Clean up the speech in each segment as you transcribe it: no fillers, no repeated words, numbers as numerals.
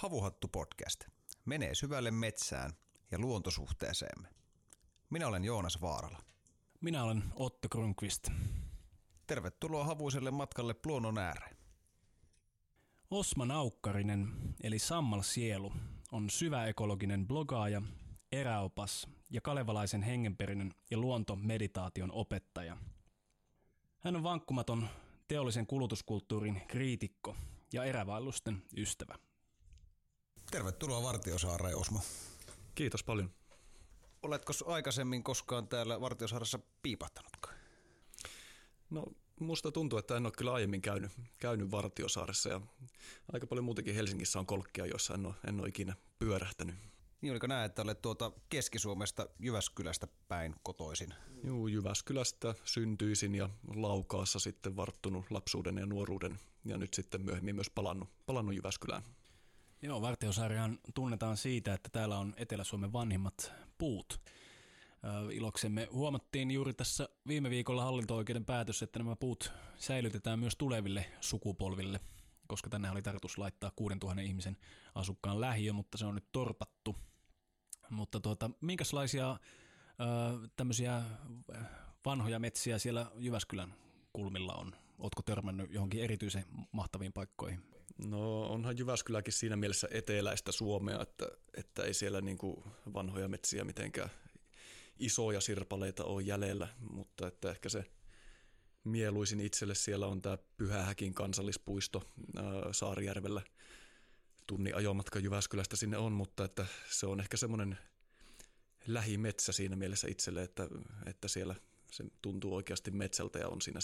Havuhattu podcast menee syvälle metsään ja luontosuhteeseemme. Minä olen Joonas Vaarala. Minä olen Otto Grönqvist. Tervetuloa havuiselle matkalle luonnon ääreen. Osma Naukkarinen, eli Sammal Sielu, on syväekologinen blogaaja, eräopas ja kalevalaisen hengenperinnön ja luontomeditaation opettaja. Hän on vankkumaton teollisen kulutuskulttuurin kriitikko ja erävaellusten ystävä. Tervetuloa Vartiosaareen, Osmo. Kiitos paljon. Oletko aikaisemmin koskaan täällä Vartiosaaressa piipahtanutkaan? No, musta tuntuu, että en ole kyllä aiemmin käynyt Vartiosaaressa ja aika paljon muutenkin Helsingissä on kolkkia, joissa en ole ikinä pyörähtänyt. Niin oliko näin, että olet Keski-Suomesta Jyväskylästä päin kotoisin? Joo, Jyväskylästä syntyisin ja Laukaassa sitten varttunut lapsuuden ja nuoruuden ja nyt sitten myöhemmin myös palannut Jyväskylään. Joo, Vartiosaarihan tunnetaan siitä, että täällä on Etelä-Suomen vanhimmat puut. Iloksemme huomattiin juuri tässä viime viikolla hallinto-oikeuden päätös, että nämä puut säilytetään myös tuleville sukupolville, koska tänne oli tarkoitus laittaa 6000 ihmisen asukkaan lähiö, mutta se on nyt torpattu. Mutta minkälaisia tämmöisiä vanhoja metsiä siellä Jyväskylän kulmilla on? Ootko törmännyt johonkin erityisen mahtaviin paikkoihin? No onhan Jyväskyläkin siinä mielessä eteläistä Suomea, että ei siellä niinku vanhoja metsiä mitenkään isoja sirpaleita ole jäljellä, mutta että ehkä se mieluisin itselle siellä on tämä Pyhähäkin kansallispuisto Saarijärvellä. Tunnin ajomatka Jyväskylästä sinne on, mutta että se on ehkä semmoinen lähimetsä siinä mielessä itselle, että siellä se tuntuu oikeasti metsältä ja on siinä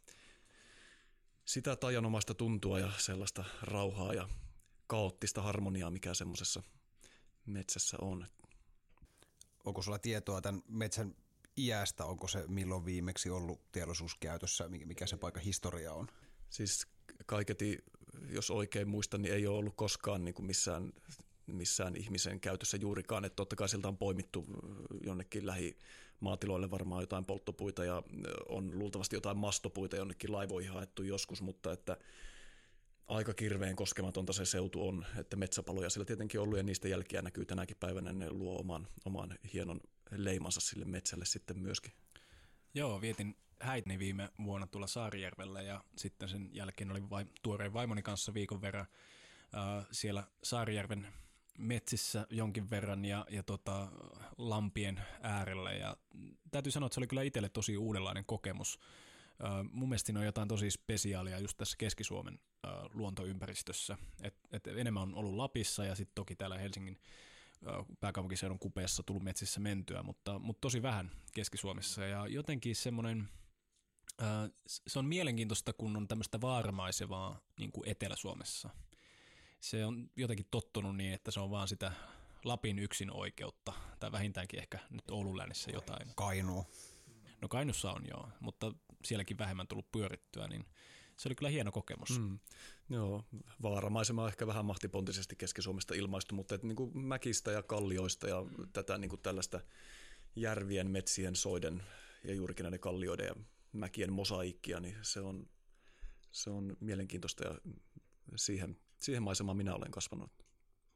sitä tajanomaista tuntua ja sellaista rauhaa ja kaoottista harmoniaa, mikä semmoisessa metsässä on. Onko sulla tietoa tämän metsän iästä? Onko se milloin viimeksi ollut teollisuuskäytössä? Mikä se paikan historia on? Siis kaiketi, jos oikein muistan, niin ei ole ollut koskaan niin kuin missään ihmisen käytössä juurikaan. Että totta kai siltä on poimittu jonnekin lähimaatiloille varmaan jotain polttopuita ja on luultavasti jotain mastopuita jonnekin laivoihin haettu joskus, mutta että aika kirveen koskematonta se seutu on, että metsäpaloja sillä tietenkin on ollut ja niistä jälkiä näkyy tänäkin päivänä, ne luo oman hienon leimansa sille metsälle sitten myöskin. Joo, vietin häitni viime vuonna tuolla Saarijärvellä ja sitten sen jälkeen olin tuoreen vaimoni kanssa viikon verran siellä Saarijärven metsissä jonkin verran ja lampien äärellä ja täytyy sanoa, että se oli kyllä itselle tosi uudenlainen kokemus. Mun mielestä siinä on jotain tosi spesiaalia just tässä Keski-Suomen luontoympäristössä. Et enemmän on ollut Lapissa ja sitten toki täällä Helsingin pääkaupunkiseudun kupeessa tullut metsissä mentyä, mutta tosi vähän Keski-Suomessa. Ja jotenkin semmoinen, se on mielenkiintoista, kun on tämmöistä vaaramaisevaa niin kuin Etelä-Suomessa. Se on jotenkin tottunut niin, että se on vaan sitä Lapin yksin oikeutta, tai vähintäänkin ehkä nyt Oulun läänissä jotain. Kainuu. No Kainuussa on joo, mutta sielläkin vähemmän tullut pyörittyä, niin se oli kyllä hieno kokemus. Joo, vaaramaisema on ehkä vähän mahtipontisesti Keski-Suomesta ilmaistu, mutta että niin kuin mäkistä ja kallioista ja tätä niin kuin tällaista järvien, metsien, soiden ja juurikin näiden kallioiden ja mäkien mosaikkia, niin se on mielenkiintoista ja siihen maisemaan minä olen kasvanut.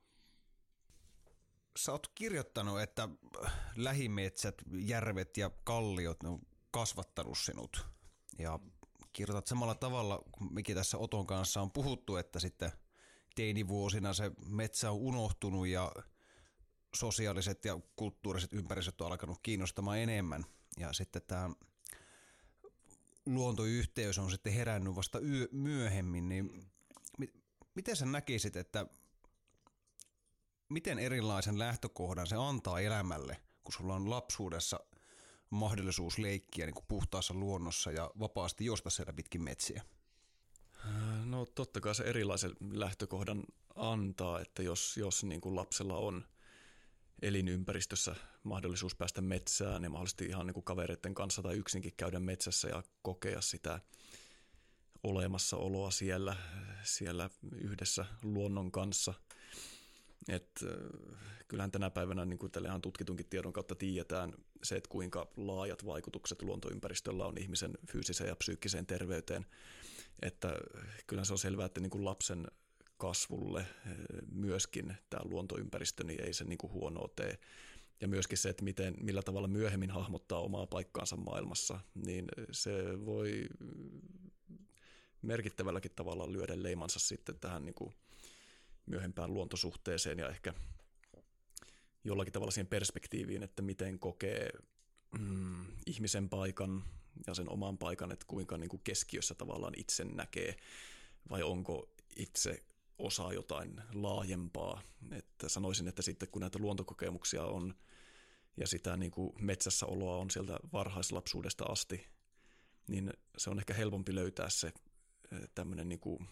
Sä oot kirjoittanut, että lähimetsät, järvet ja kalliot ne on kasvattanut sinut. Ja kirjoitat samalla tavalla, kuin mikä tässä Oton kanssa on puhuttu, että sitten teinivuosina se metsä on unohtunut ja sosiaaliset ja kulttuuriset ympäristöt on alkanut kiinnostamaan enemmän. Ja sitten tämä luontoyhteys on sitten herännyt vasta myöhemmin. Niin miten sä näkisit, että miten erilaisen lähtökohdan se antaa elämälle, kun sulla on lapsuudessa mahdollisuus leikkiä niin kuin puhtaassa luonnossa ja vapaasti juosta siellä pitkin metsiä? No totta kai se erilaisen lähtökohdan antaa, että jos niin kuin lapsella on elinympäristössä mahdollisuus päästä metsään ja mahdollisesti ihan niin kuin kavereiden kanssa tai yksinkin käydä metsässä ja kokea sitä olemassaoloa siellä yhdessä luonnon kanssa. Että kyllähän tänä päivänä niin kuin ihan tutkitunkin tiedon kautta tiedetään se, että kuinka laajat vaikutukset luontoympäristöllä on ihmisen fyysiseen ja psyykkiseen terveyteen. Että kyllähän se on selvää, että niin kuin lapsen kasvulle myöskin tämä luontoympäristö, niin ei se niin kuin huonoa tee. Ja myöskin se, että millä tavalla myöhemmin hahmottaa omaa paikkaansa maailmassa, niin se voi merkittävälläkin tavalla lyödä leimansa sitten tähän niin kuin myöhempään luontosuhteeseen ja ehkä jollakin tavalla siihen perspektiiviin, että miten kokee ihmisen paikan ja sen oman paikan, että kuinka niin kuin keskiössä tavallaan itse näkee, vai onko itse osa jotain laajempaa. Että sanoisin, että sitten kun näitä luontokokemuksia on ja sitä niin kuin metsässä oloa on sieltä varhaislapsuudesta asti, niin se on ehkä helpompi löytää se tämmöinen niin kuin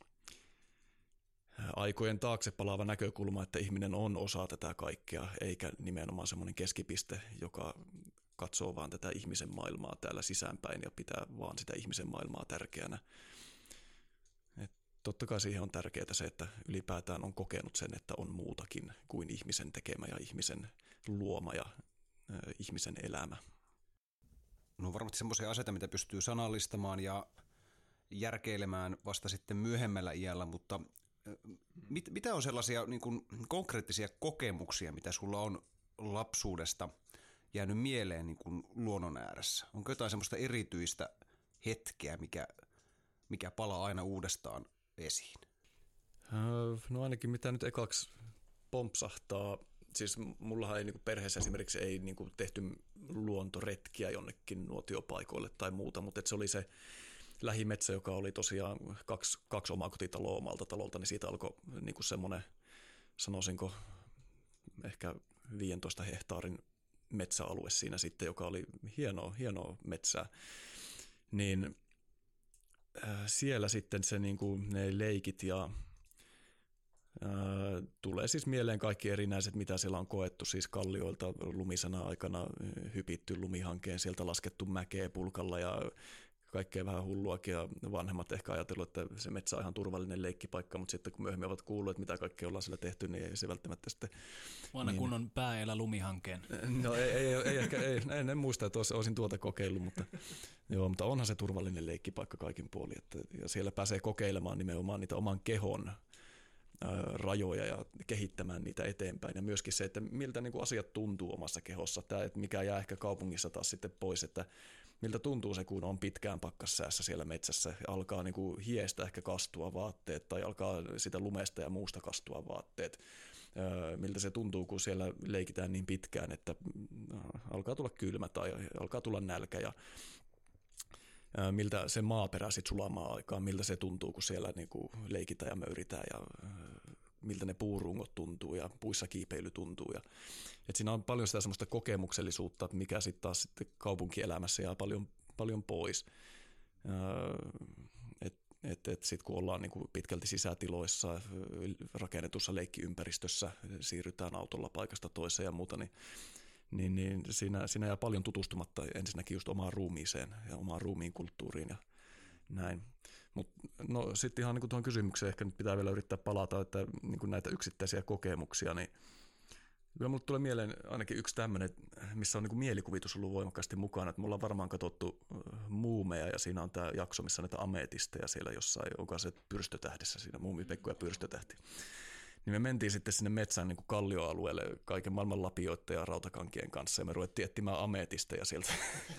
aikojen taakse palaava näkökulma, että ihminen on osa tätä kaikkea, eikä nimenomaan semmoinen keskipiste, joka katsoo vaan tätä ihmisen maailmaa täällä sisäänpäin ja pitää vaan sitä ihmisen maailmaa tärkeänä. Et totta kai siihen on tärkeää se, että ylipäätään on kokenut sen, että on muutakin kuin ihmisen tekemä ja ihmisen luoma ja ihmisen elämä. No varmasti semmoisia asioita, mitä pystyy sanallistamaan ja järkeilemään vasta sitten myöhemmällä iällä, mutta mitä on sellaisia niin kuin konkreettisia kokemuksia, mitä sulla on lapsuudesta jäänyt mieleen niin kuin luonnon ääressä? Onko jotain semmoista erityistä hetkeä, mikä palaa aina uudestaan esiin? No ainakin mitä nyt ekaksi pompsahtaa. Siis mullahan ei niin kuin perheessä esimerkiksi ei niin kuin tehty luontoretkiä jonnekin nuotiopaikoille tai muuta, mutta se oli se lähimetsä, joka oli tosiaan kaksi omaa kotitaloa omalta talolta, niin siitä alkoi niin kuin semmoinen, sanoisinko, ehkä 15 hehtaarin metsäalue siinä sitten, joka oli hienoa metsää. Niin siellä sitten se, niin kuin, ne leikit ja tulee siis mieleen kaikki erinäiset, mitä siellä on koettu, siis kallioilta lumisena aikana hypitty lumihankeen, sieltä laskettu mäkeä pulkalla ja kaikkea vähän hulluakin, ja vanhemmat ehkä ajatellut, että se metsä on ihan turvallinen leikkipaikka, mutta sitten kun myöhemmin ovat kuulleet, että mitä kaikkea ollaan siellä tehty, niin ei se välttämättä sitten... Vanha niin, kunnon pääelä lumihankkeen. No en muista, että olisin tuota kokeillut, mutta onhan se turvallinen leikkipaikka kaikin puolin, ja siellä pääsee kokeilemaan nimenomaan niitä oman kehon rajoja ja kehittämään niitä eteenpäin. Ja myöskin se, että miltä niin kuin asiat tuntuu omassa kehossa. Tämä, että mikä jää ehkä kaupungissa taas sitten pois, että miltä tuntuu se, kun on pitkään pakkassäässä siellä metsässä. Alkaa niin kuin hiestä ehkä kastua vaatteet tai alkaa sitä lumesta ja muusta kastua vaatteet. Miltä se tuntuu, kun siellä leikitään niin pitkään, että alkaa tulla kylmä tai alkaa tulla nälkä ja miltä se maaperä sitten sulamaan aikaan, miltä se tuntuu, kun siellä niinku leikitään ja möyritään ja miltä ne puurungot tuntuu ja puissa kiipeily tuntuu. Et siinä on paljon sitä semmoista kokemuksellisuutta, mikä sitten taas sitten kaupunkielämässä jää paljon pois. Sitten kun ollaan niinku pitkälti sisätiloissa, rakennetussa leikkiympäristössä, siirrytään autolla paikasta toiseen ja muuta, niin siinä jää paljon tutustumatta ensinnäkin just omaan ruumiiseen ja omaan ruumiin kulttuuriin ja näin. No sitten ihan niin kuin tuohon kysymykseen ehkä nyt pitää vielä yrittää palata, että niin kuin näitä yksittäisiä kokemuksia, niin kyllä mulle tulee mieleen ainakin yksi tämmöinen, missä on niin kuin mielikuvitus ollut voimakkaasti mukana, että me ollaan varmaan katsottu Muumeja ja siinä on tämä jakso, missä on näitä ametisteja siellä jossain, onko se Pyrstötähdessä siinä, Muumipekko ja Pyrstötähti. Niin me mentiin sitten sinne metsän niin kuin kallioalueelle kaiken maailman lapioiden ja rautakankien kanssa ja me ruvettiin etsimään ametisteja sieltä.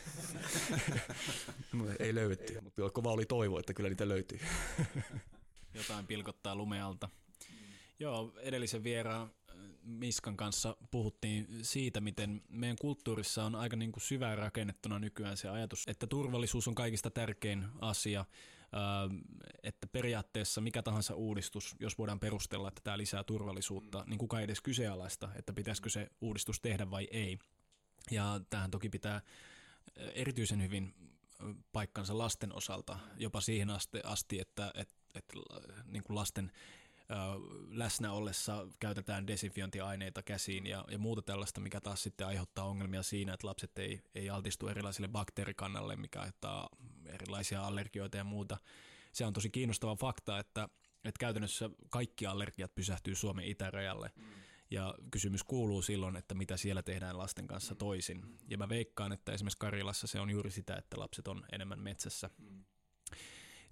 Ei löydetty, mutta kova oli toivo, että kyllä niitä löytyy. Jotain pilkottaa lumealta. Joo, edellisen vieraan Miskan kanssa puhuttiin siitä, miten meidän kulttuurissa on aika niin kuin syvään rakennettuna nykyään se ajatus, että turvallisuus on kaikista tärkein asia, että periaatteessa mikä tahansa uudistus, jos voidaan perustella, että tämä lisää turvallisuutta, niin kukaan ei edes kyseenalaista, että pitäisikö se uudistus tehdä vai ei. Ja tähän toki pitää erityisen hyvin paikkansa lasten osalta, jopa siihen asti, että niin kuin lasten läsnä ollessa käytetään desinfiointiaineita käsiin ja muuta tällaista, mikä taas sitten aiheuttaa ongelmia siinä, että lapset ei altistu erilaisille bakteerikannalle, mikä aiheuttaa erilaisia allergioita ja muuta. Se on tosi kiinnostava fakta, että käytännössä kaikki allergiat pysähtyy Suomen itärajalle. Ja kysymys kuuluu silloin, että mitä siellä tehdään lasten kanssa toisin. Ja mä veikkaan, että esimerkiksi Karjalassa se on juuri sitä, että lapset on enemmän metsässä.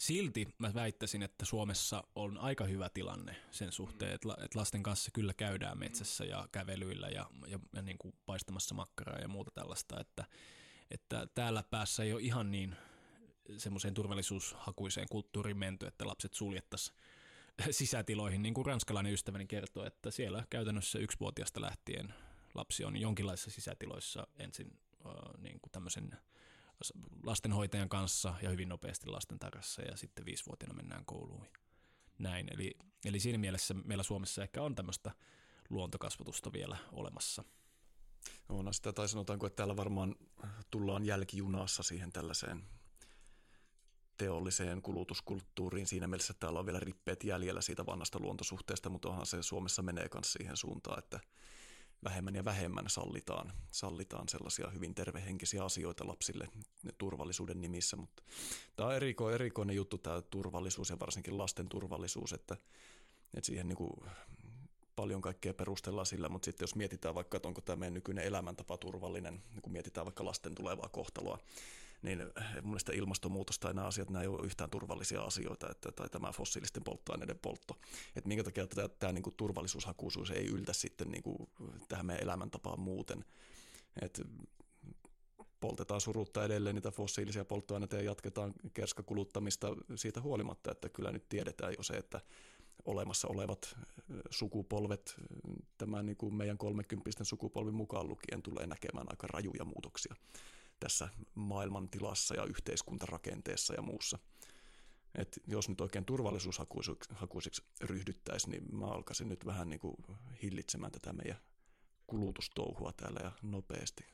Silti mä väittäisin, että Suomessa on aika hyvä tilanne sen suhteen, että lasten kanssa kyllä käydään metsässä ja kävelyillä ja niin kuin paistamassa makkaraa ja muuta tällaista, että täällä päässä ei ole ihan niin semmoiseen turvallisuushakuiseen kulttuuriin menty, että lapset suljettaisiin sisätiloihin, niin kuin ranskalainen ystäväni kertoo, että siellä käytännössä 1-vuotiaasta lähtien lapsi on jonkinlaisissa sisätiloissa ensin niin kuin tämmöisen lastenhoitajan kanssa ja hyvin nopeasti lastentarhassa ja sitten 5-vuotiaana mennään kouluun. Näin. Eli siinä mielessä meillä Suomessa ehkä on tämmöistä luontokasvatusta vielä olemassa. On sitä, tai sanotaanko, että täällä varmaan tullaan jälkijunassa siihen tällaiseen teolliseen kulutuskulttuuriin. Siinä mielessä täällä on vielä rippeet jäljellä siitä vanhasta luontosuhteesta, mutta onhan se Suomessa menee myös siihen suuntaan, että vähemmän ja vähemmän sallitaan sellaisia hyvin tervehenkisiä asioita lapsille turvallisuuden nimissä, mutta tämä on erikoinen juttu tämä turvallisuus ja varsinkin lasten turvallisuus, että siihen niin kuin paljon kaikkea perustellaan sillä, mutta sitten jos mietitään vaikka, että onko tämä meidän nykyinen elämäntapa turvallinen, niin kun mietitään vaikka lasten tulevaa kohtaloa, niin mun mielestä ilmastonmuutos tai nämä asiat, nämä ei ole yhtään turvallisia asioita, tai tämä fossiilisten polttoaineiden poltto. Että minkä takia tämä niin kuin turvallisuushakuisuus ei yltä sitten niin kuin tähän meidän elämäntapaan muuten. Että poltetaan surutta edelleen niitä fossiilisia polttoaineita ja jatketaan kerskakuluttamista siitä huolimatta, että kyllä nyt tiedetään jo se, että olemassa olevat sukupolvet, tämä niin kuin meidän 30 sukupolvin mukaan lukien, tulee näkemään aika rajuja muutoksia tässä maailmantilassa ja yhteiskuntarakenteessa ja muussa. Et jos nyt oikein turvallisuushakuisiksi ryhdyttäisiin, niin mä alkaisin nyt vähän niin kuin hillitsemään tätä meidän kulutustouhua täällä ja nopeasti.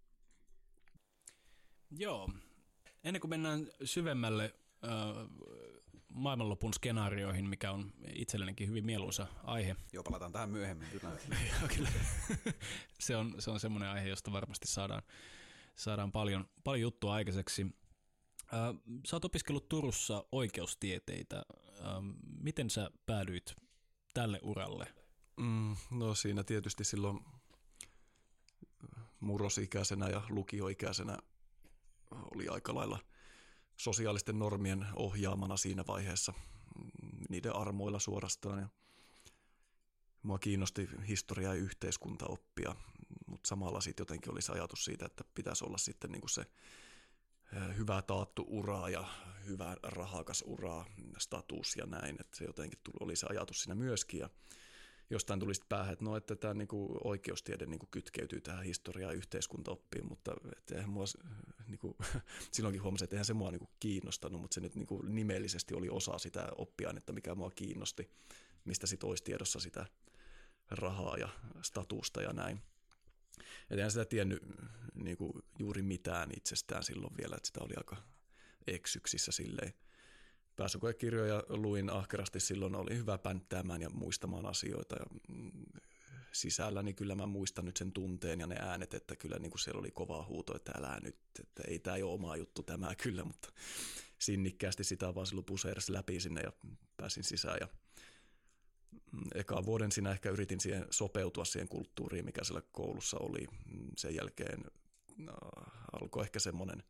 Joo. Ennen kuin mennään syvemmälle maailmanlopun skenaarioihin, mikä on itsellenikin hyvin mieluisa aihe. Joo, palataan tähän myöhemmin. Kyllä. Se on semmoinen aihe, josta varmasti saadaan paljon juttua aikaiseksi. Sä oot opiskellut Turussa oikeustieteitä. Miten sä päädyit tälle uralle? No siinä tietysti silloin murrosikäisenä ja lukioikäisenä oli aika lailla sosiaalisten normien ohjaamana siinä vaiheessa, niiden armoilla suorastaan. Ja mua kiinnosti historia ja yhteiskuntaoppia, mutta samalla sitten jotenkin oli se ajatus siitä, että pitäisi olla sitten niinku se hyvä taattu ura ja hyvä rahakas ura, status ja näin. Että se jotenkin oli se ajatus siinä myöskin. Ja jostain tuli sitten päähän, että että tämä niinku oikeustiede niinku kytkeytyy tähän historiaan ja yhteiskuntaoppiin, mutta eihän mua, niinku, silloinkin huomasin, että eihän se mua niinku kiinnostanut, mutta se nyt niinku nimellisesti oli osa sitä oppiainetta, mikä mua kiinnosti, mistä sitten olisi tiedossa sitä rahaa ja statusta ja näin. Et eihän sitä tiennyt niinku juuri mitään itsestään silloin vielä, että sitä oli aika eksyksissä silleen. Pääsykoekirjoja luin ahkerasti, silloin oli hyvä pänttäämään ja muistamaan asioita. Ja sisälläni kyllä mä muistan nyt sen tunteen ja ne äänet, että kyllä niin kuin siellä oli kova huuto, että älä nyt, että ei tämä ole oma juttu tämä kyllä, mutta sinnikkäästi sitä vaan silloin puseerasi läpi sinne ja pääsin sisään. Ja ekan vuoden siinä ehkä yritin siihen sopeutua siihen kulttuuriin, mikä siellä koulussa oli. Sen jälkeen alkoi ehkä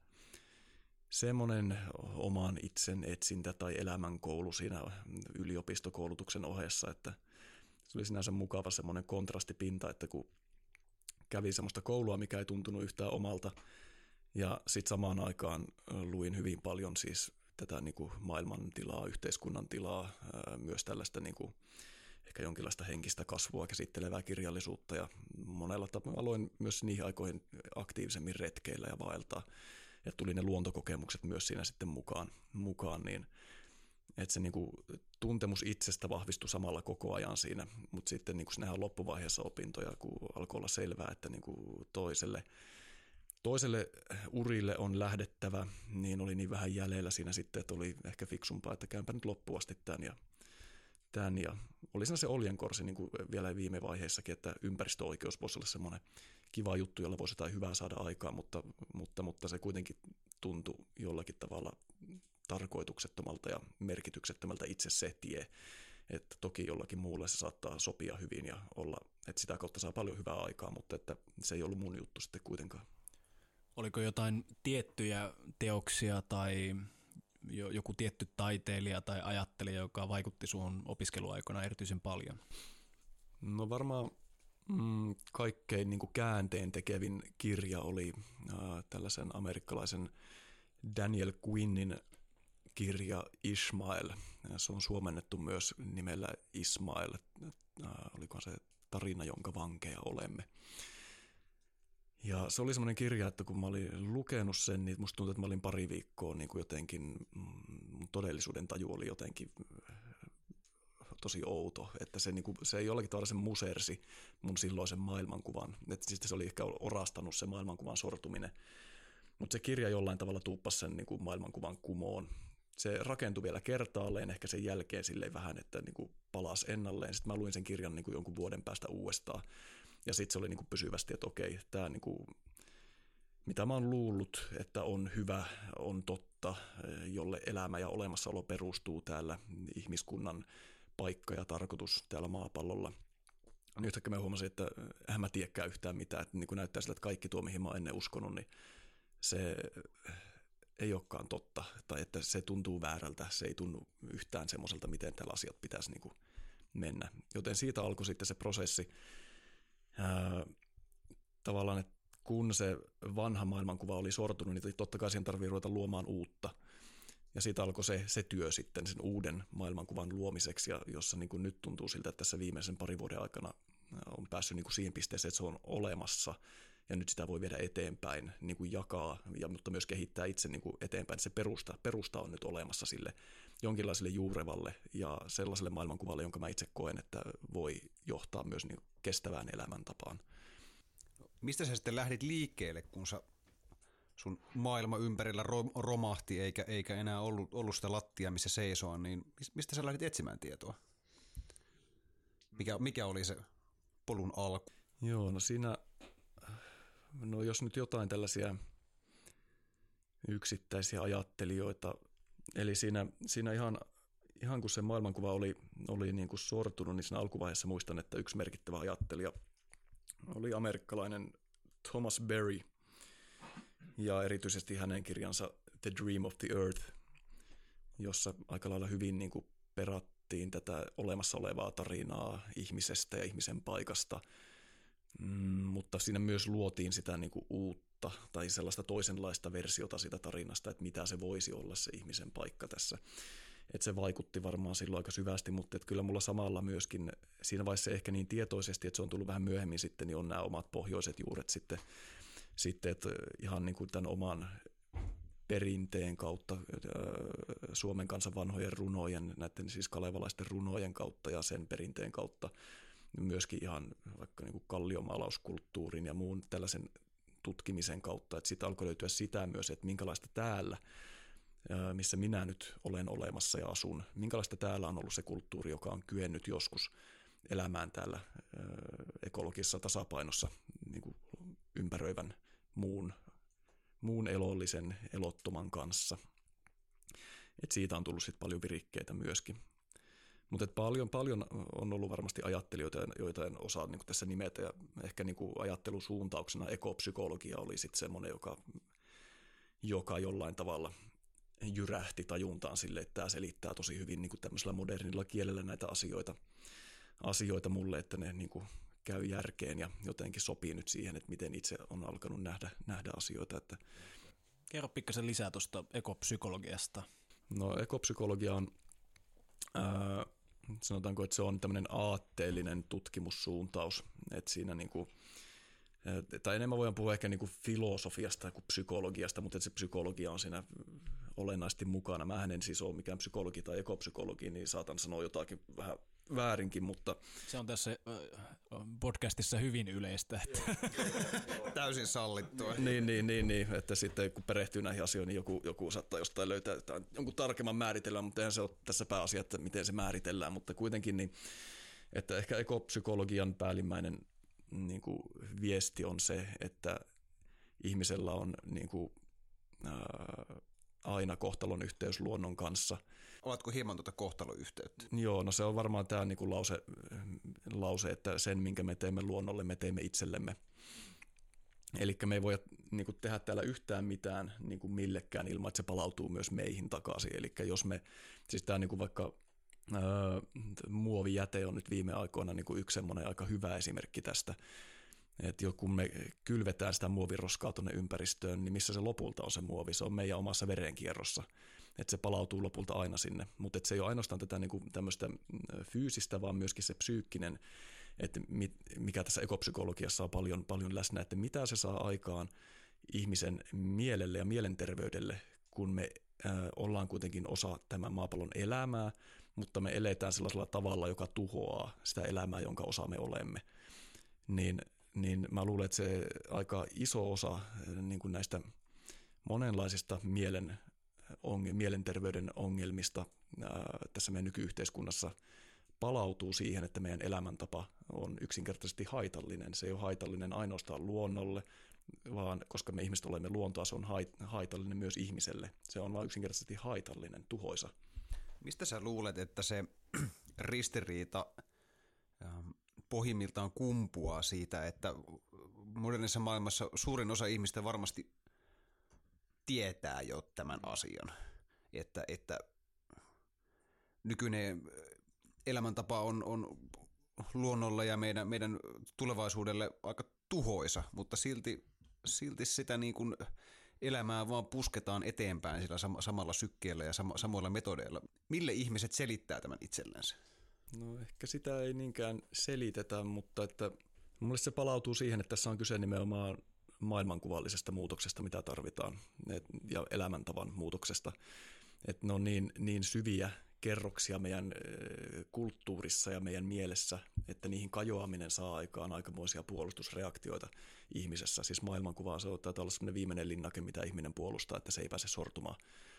semmoinen oman itsen etsintä tai elämänkoulu siinä yliopistokoulutuksen ohessa, että se oli sinänsä mukava semmoinen kontrastipinta, että kun kävi semmoista koulua, mikä ei tuntunut yhtään omalta, ja sitten samaan aikaan luin hyvin paljon siis tätä niin kuin maailmantilaa, yhteiskunnan tilaa, myös tällaista niin kuin ehkä jonkinlaista henkistä kasvua käsittelevää kirjallisuutta, ja monella tapaa aloin myös niihin aikoihin aktiivisemmin retkeillä ja vaeltaa. Ja tuli ne luontokokemukset myös siinä sitten mukaan niin että se niinku tuntemus itsestä vahvistui samalla koko ajan siinä, mutta sitten niinku nehän on loppuvaiheessa opintoja, kun alkoi olla selvää, että niinku toiselle urille on lähdettävä, niin oli niin vähän jäljellä siinä sitten, että oli ehkä fiksumpaa, että käynpä nyt loppuun asti tämän ja oli siinä se oljenkorsi niin kuin vielä viime vaiheessakin, että ympäristöoikeus voisi olla semmoinen kiva juttu, jolla voisi jotain hyvää saada aikaan, mutta se kuitenkin tuntui jollakin tavalla tarkoituksettomalta ja merkityksettömältä itse se tie, että toki jollakin muulle se saattaa sopia hyvin ja olla, että sitä kautta saa paljon hyvää aikaa, mutta että se ei ollut mun juttu sitten kuitenkaan. Oliko jotain tiettyjä teoksia tai joku tietty taiteilija tai ajattelija, joka vaikutti sun opiskeluaikana erityisen paljon? No varmaan kaikkein niin kuin käänteen tekevin kirja oli tällaisen amerikkalaisen Daniel Quinnin kirja Ishmael. Se on suomennettu myös nimellä Ismael. Oliko se tarina, jonka vankeja olemme. Ja se oli semmoinen kirja, että kun mä olin lukenut sen, niin musta tuntui, että mä olin pari viikkoa niin kuin jotenkin, mun todellisuuden taju oli jotenkin tosi outo, että se ei jollakin tavalla se musersi mun silloisen maailmankuvan. Että siis se oli ehkä orastanut se maailmankuvan sortuminen. Mutta se kirja jollain tavalla tuuppasi sen niin kuin maailmankuvan kumoon. Se rakentui vielä kertaalleen, ehkä sen jälkeen silleen vähän, että niin kuin palasi ennalleen. Sitten mä luin sen kirjan niin kuin jonkun vuoden päästä uudestaan. Ja sitten se oli niin kuin pysyvästi, että okei, tämä niin kuin, mitä mä oon luullut, että on hyvä, on totta, jolle elämä ja olemassaolo perustuu täällä, ihmiskunnan paikka ja tarkoitus täällä maapallolla. Niin yhtäkkiä mä huomasin, että eihän mä tiedäkään yhtään mitään, että niin kuin näyttää siltä, että kaikki tuo, mihin mä oon ennen uskonut, niin se ei olekaan totta, tai että se tuntuu väärältä, se ei tunnu yhtään semmoiselta, miten täällä asiat pitäisi niin kuin mennä. Joten siitä alkoi sitten se prosessi. Tavallaan, että kun se vanha maailmankuva oli sortunut, niin totta kai siihen tarvii ruveta luomaan uutta. Ja siitä alkoi se työ sitten sen uuden maailmankuvan luomiseksi, ja jossa niin kuin nyt tuntuu siltä, että tässä viimeisen parin vuoden aikana on päässyt niin kuin siihen pisteeseen, että se on olemassa, ja nyt sitä voi viedä eteenpäin, niin kuin jakaa, mutta myös kehittää itse niin kuin eteenpäin. Se perusta on nyt olemassa sille jonkinlaiselle juurevalle ja sellaiselle maailmankuvalle, jonka mä itse koen, että voi johtaa myös niin kestävään elämäntapaan. Mistä sä sitten lähdit liikkeelle, kun sun maailma ympärillä romahti eikä enää ollut sitä lattia, missä seisoa, niin mistä sä lähdit etsimään tietoa? Mikä oli se polun alku? Joo, no jos nyt jotain tällaisia yksittäisiä ajattelijoita, eli siinä ihan kun se maailmankuva oli niin kuin sortunut, niin siinä alkuvaiheessa muistan, että yksi merkittävä ajattelija oli amerikkalainen Thomas Berry, ja erityisesti hänen kirjansa The Dream of the Earth, jossa aika lailla hyvin niin kuin perattiin tätä olemassa olevaa tarinaa ihmisestä ja ihmisen paikasta, mutta siinä myös luotiin sitä niin kuin uutta tai sellaista toisenlaista versiota siitä tarinasta, että mitä se voisi olla se ihmisen paikka tässä. Että se vaikutti varmaan silloin aika syvästi, mutta että kyllä mulla samalla myöskin siinä vaiheessa ehkä niin tietoisesti, että se on tullut vähän myöhemmin sitten, niin on nämä omat pohjoiset juuret sitten että ihan niin kuin tämän oman perinteen kautta, Suomen kansan vanhojen runojen, näiden siis kalevalaisten runojen kautta ja sen perinteen kautta, myöskin ihan vaikka niin kuin kalliomaalauskulttuurin ja muun tällaisen tutkimisen kautta, että siitä alkoi löytyä sitä myös, että minkälaista täällä, missä minä nyt olen olemassa ja asun, minkälaista täällä on ollut se kulttuuri, joka on kyennyt joskus elämään täällä ekologisessa tasapainossa niin kuin ympäröivän muun elollisen elottoman kanssa. Et siitä on tullut sit paljon virikkeitä myöskin. Mutta paljon on ollut varmasti ajattelijoita, joita en osaa niin tässä nimetä. Ja ehkä niin ajattelusuuntauksena ekopsykologia oli sitten semmoinen, joka jollain tavalla jyrähti tajuntaan sille, että tämä selittää tosi hyvin niin tämmöisellä modernilla kielellä näitä asioita mulle, että ne niin käy järkeen ja jotenkin sopii nyt siihen, että miten itse on alkanut nähdä asioita. Että kerro pikkasen lisää tuosta ekopsykologiasta. No ekopsykologia on, sanotaanko, että se on tämmöinen aatteellinen tutkimussuuntaus, että siinä niinku, tai enemmän voidaan puhua ehkä niinku filosofiasta kuin psykologiasta, mutta se psykologia on siinä olennaisesti mukana. Mähän en siis ole mikään psykologi tai ekopsykologi, niin saatan sanoa jotakin vähän väärinkin, mutta se on tässä podcastissa hyvin yleistä. Täysin sallittua. Niin, että sitten kun perehtyy näihin asioihin, niin joku saattaa jostain löytää jonkun tarkemman määritelmän, mutta eihän se ole tässä pääasia, että miten se määritellään, mutta kuitenkin niin, että ehkä ekopsykologian päällimmäinen niin kuin viesti on se, että ihmisellä on niin kuin, aina kohtalon yhteys luonnon kanssa. Oletko hieman tuota kohtalonyhteyttä? Joo, no se on varmaan tämä niin kuin lause, että sen minkä me teemme luonnolle, me teemme itsellemme. Eli me ei voi niin kuin tehdä täällä yhtään mitään niin kuin millekään ilman, että se palautuu myös meihin takaisin. Eli jos me, siis tämä niin kuin vaikka muovijäte on nyt viime aikoina niin kuin yksi semmoinen aika hyvä esimerkki tästä, että kun me kylvetään sitä muoviroskaa tuonne ympäristöön, niin missä se lopulta on se muovi? Se on meidän omassa verenkierrossa, että se palautuu lopulta aina sinne. Mutta se ei ole ainoastaan tätä niin kuin tämmöistä fyysistä, vaan myöskin se psyykkinen, että mikä tässä ekopsykologiassa on paljon läsnä, että mitä se saa aikaan ihmisen mielelle ja mielenterveydelle, kun me ollaan kuitenkin osa tämän maapallon elämää, mutta me eletään sellaisella tavalla, joka tuhoaa sitä elämää, jonka osa me olemme. Niin mä luulen, että se aika iso osa niin kuin näistä monenlaisista mielenterveyden ongelmista tässä meidän nykyyhteiskunnassa palautuu siihen, että meidän elämäntapa on yksinkertaisesti haitallinen. Se ei ole haitallinen ainoastaan luonnolle, vaan koska me ihmiset olemme luontoa, se on haitallinen myös ihmiselle. Se on vain yksinkertaisesti haitallinen, tuhoisa. Mistä sä luulet, että se ristiriita pohjimmiltaan kumpuaa siitä, että modernissa maailmassa suurin osa ihmistä varmasti tietää jo tämän asian, että nykyinen elämäntapa on luonnolle ja meidän tulevaisuudelle aika tuhoisa, mutta silti sitä niin kuin elämää vaan pusketaan eteenpäin sillä samalla sykkeellä ja samoilla metodeilla. Mille ihmiset selittää tämän itsellensä? No ehkä sitä ei niinkään selitetä, mutta että mulle se palautuu siihen, että tässä on kyse nimenomaan maailmankuvallisesta muutoksesta, mitä tarvitaan, ja elämäntavan muutoksesta. Että ne on niin syviä kerroksia meidän kulttuurissa ja meidän mielessä, että niihin kajoaminen saa aikaan aikamoisia puolustusreaktioita ihmisessä. Siis maailmankuva, se taitaa olla sellainen viimeinen linnake, mitä ihminen puolustaa, että se ei pääse sortumaan.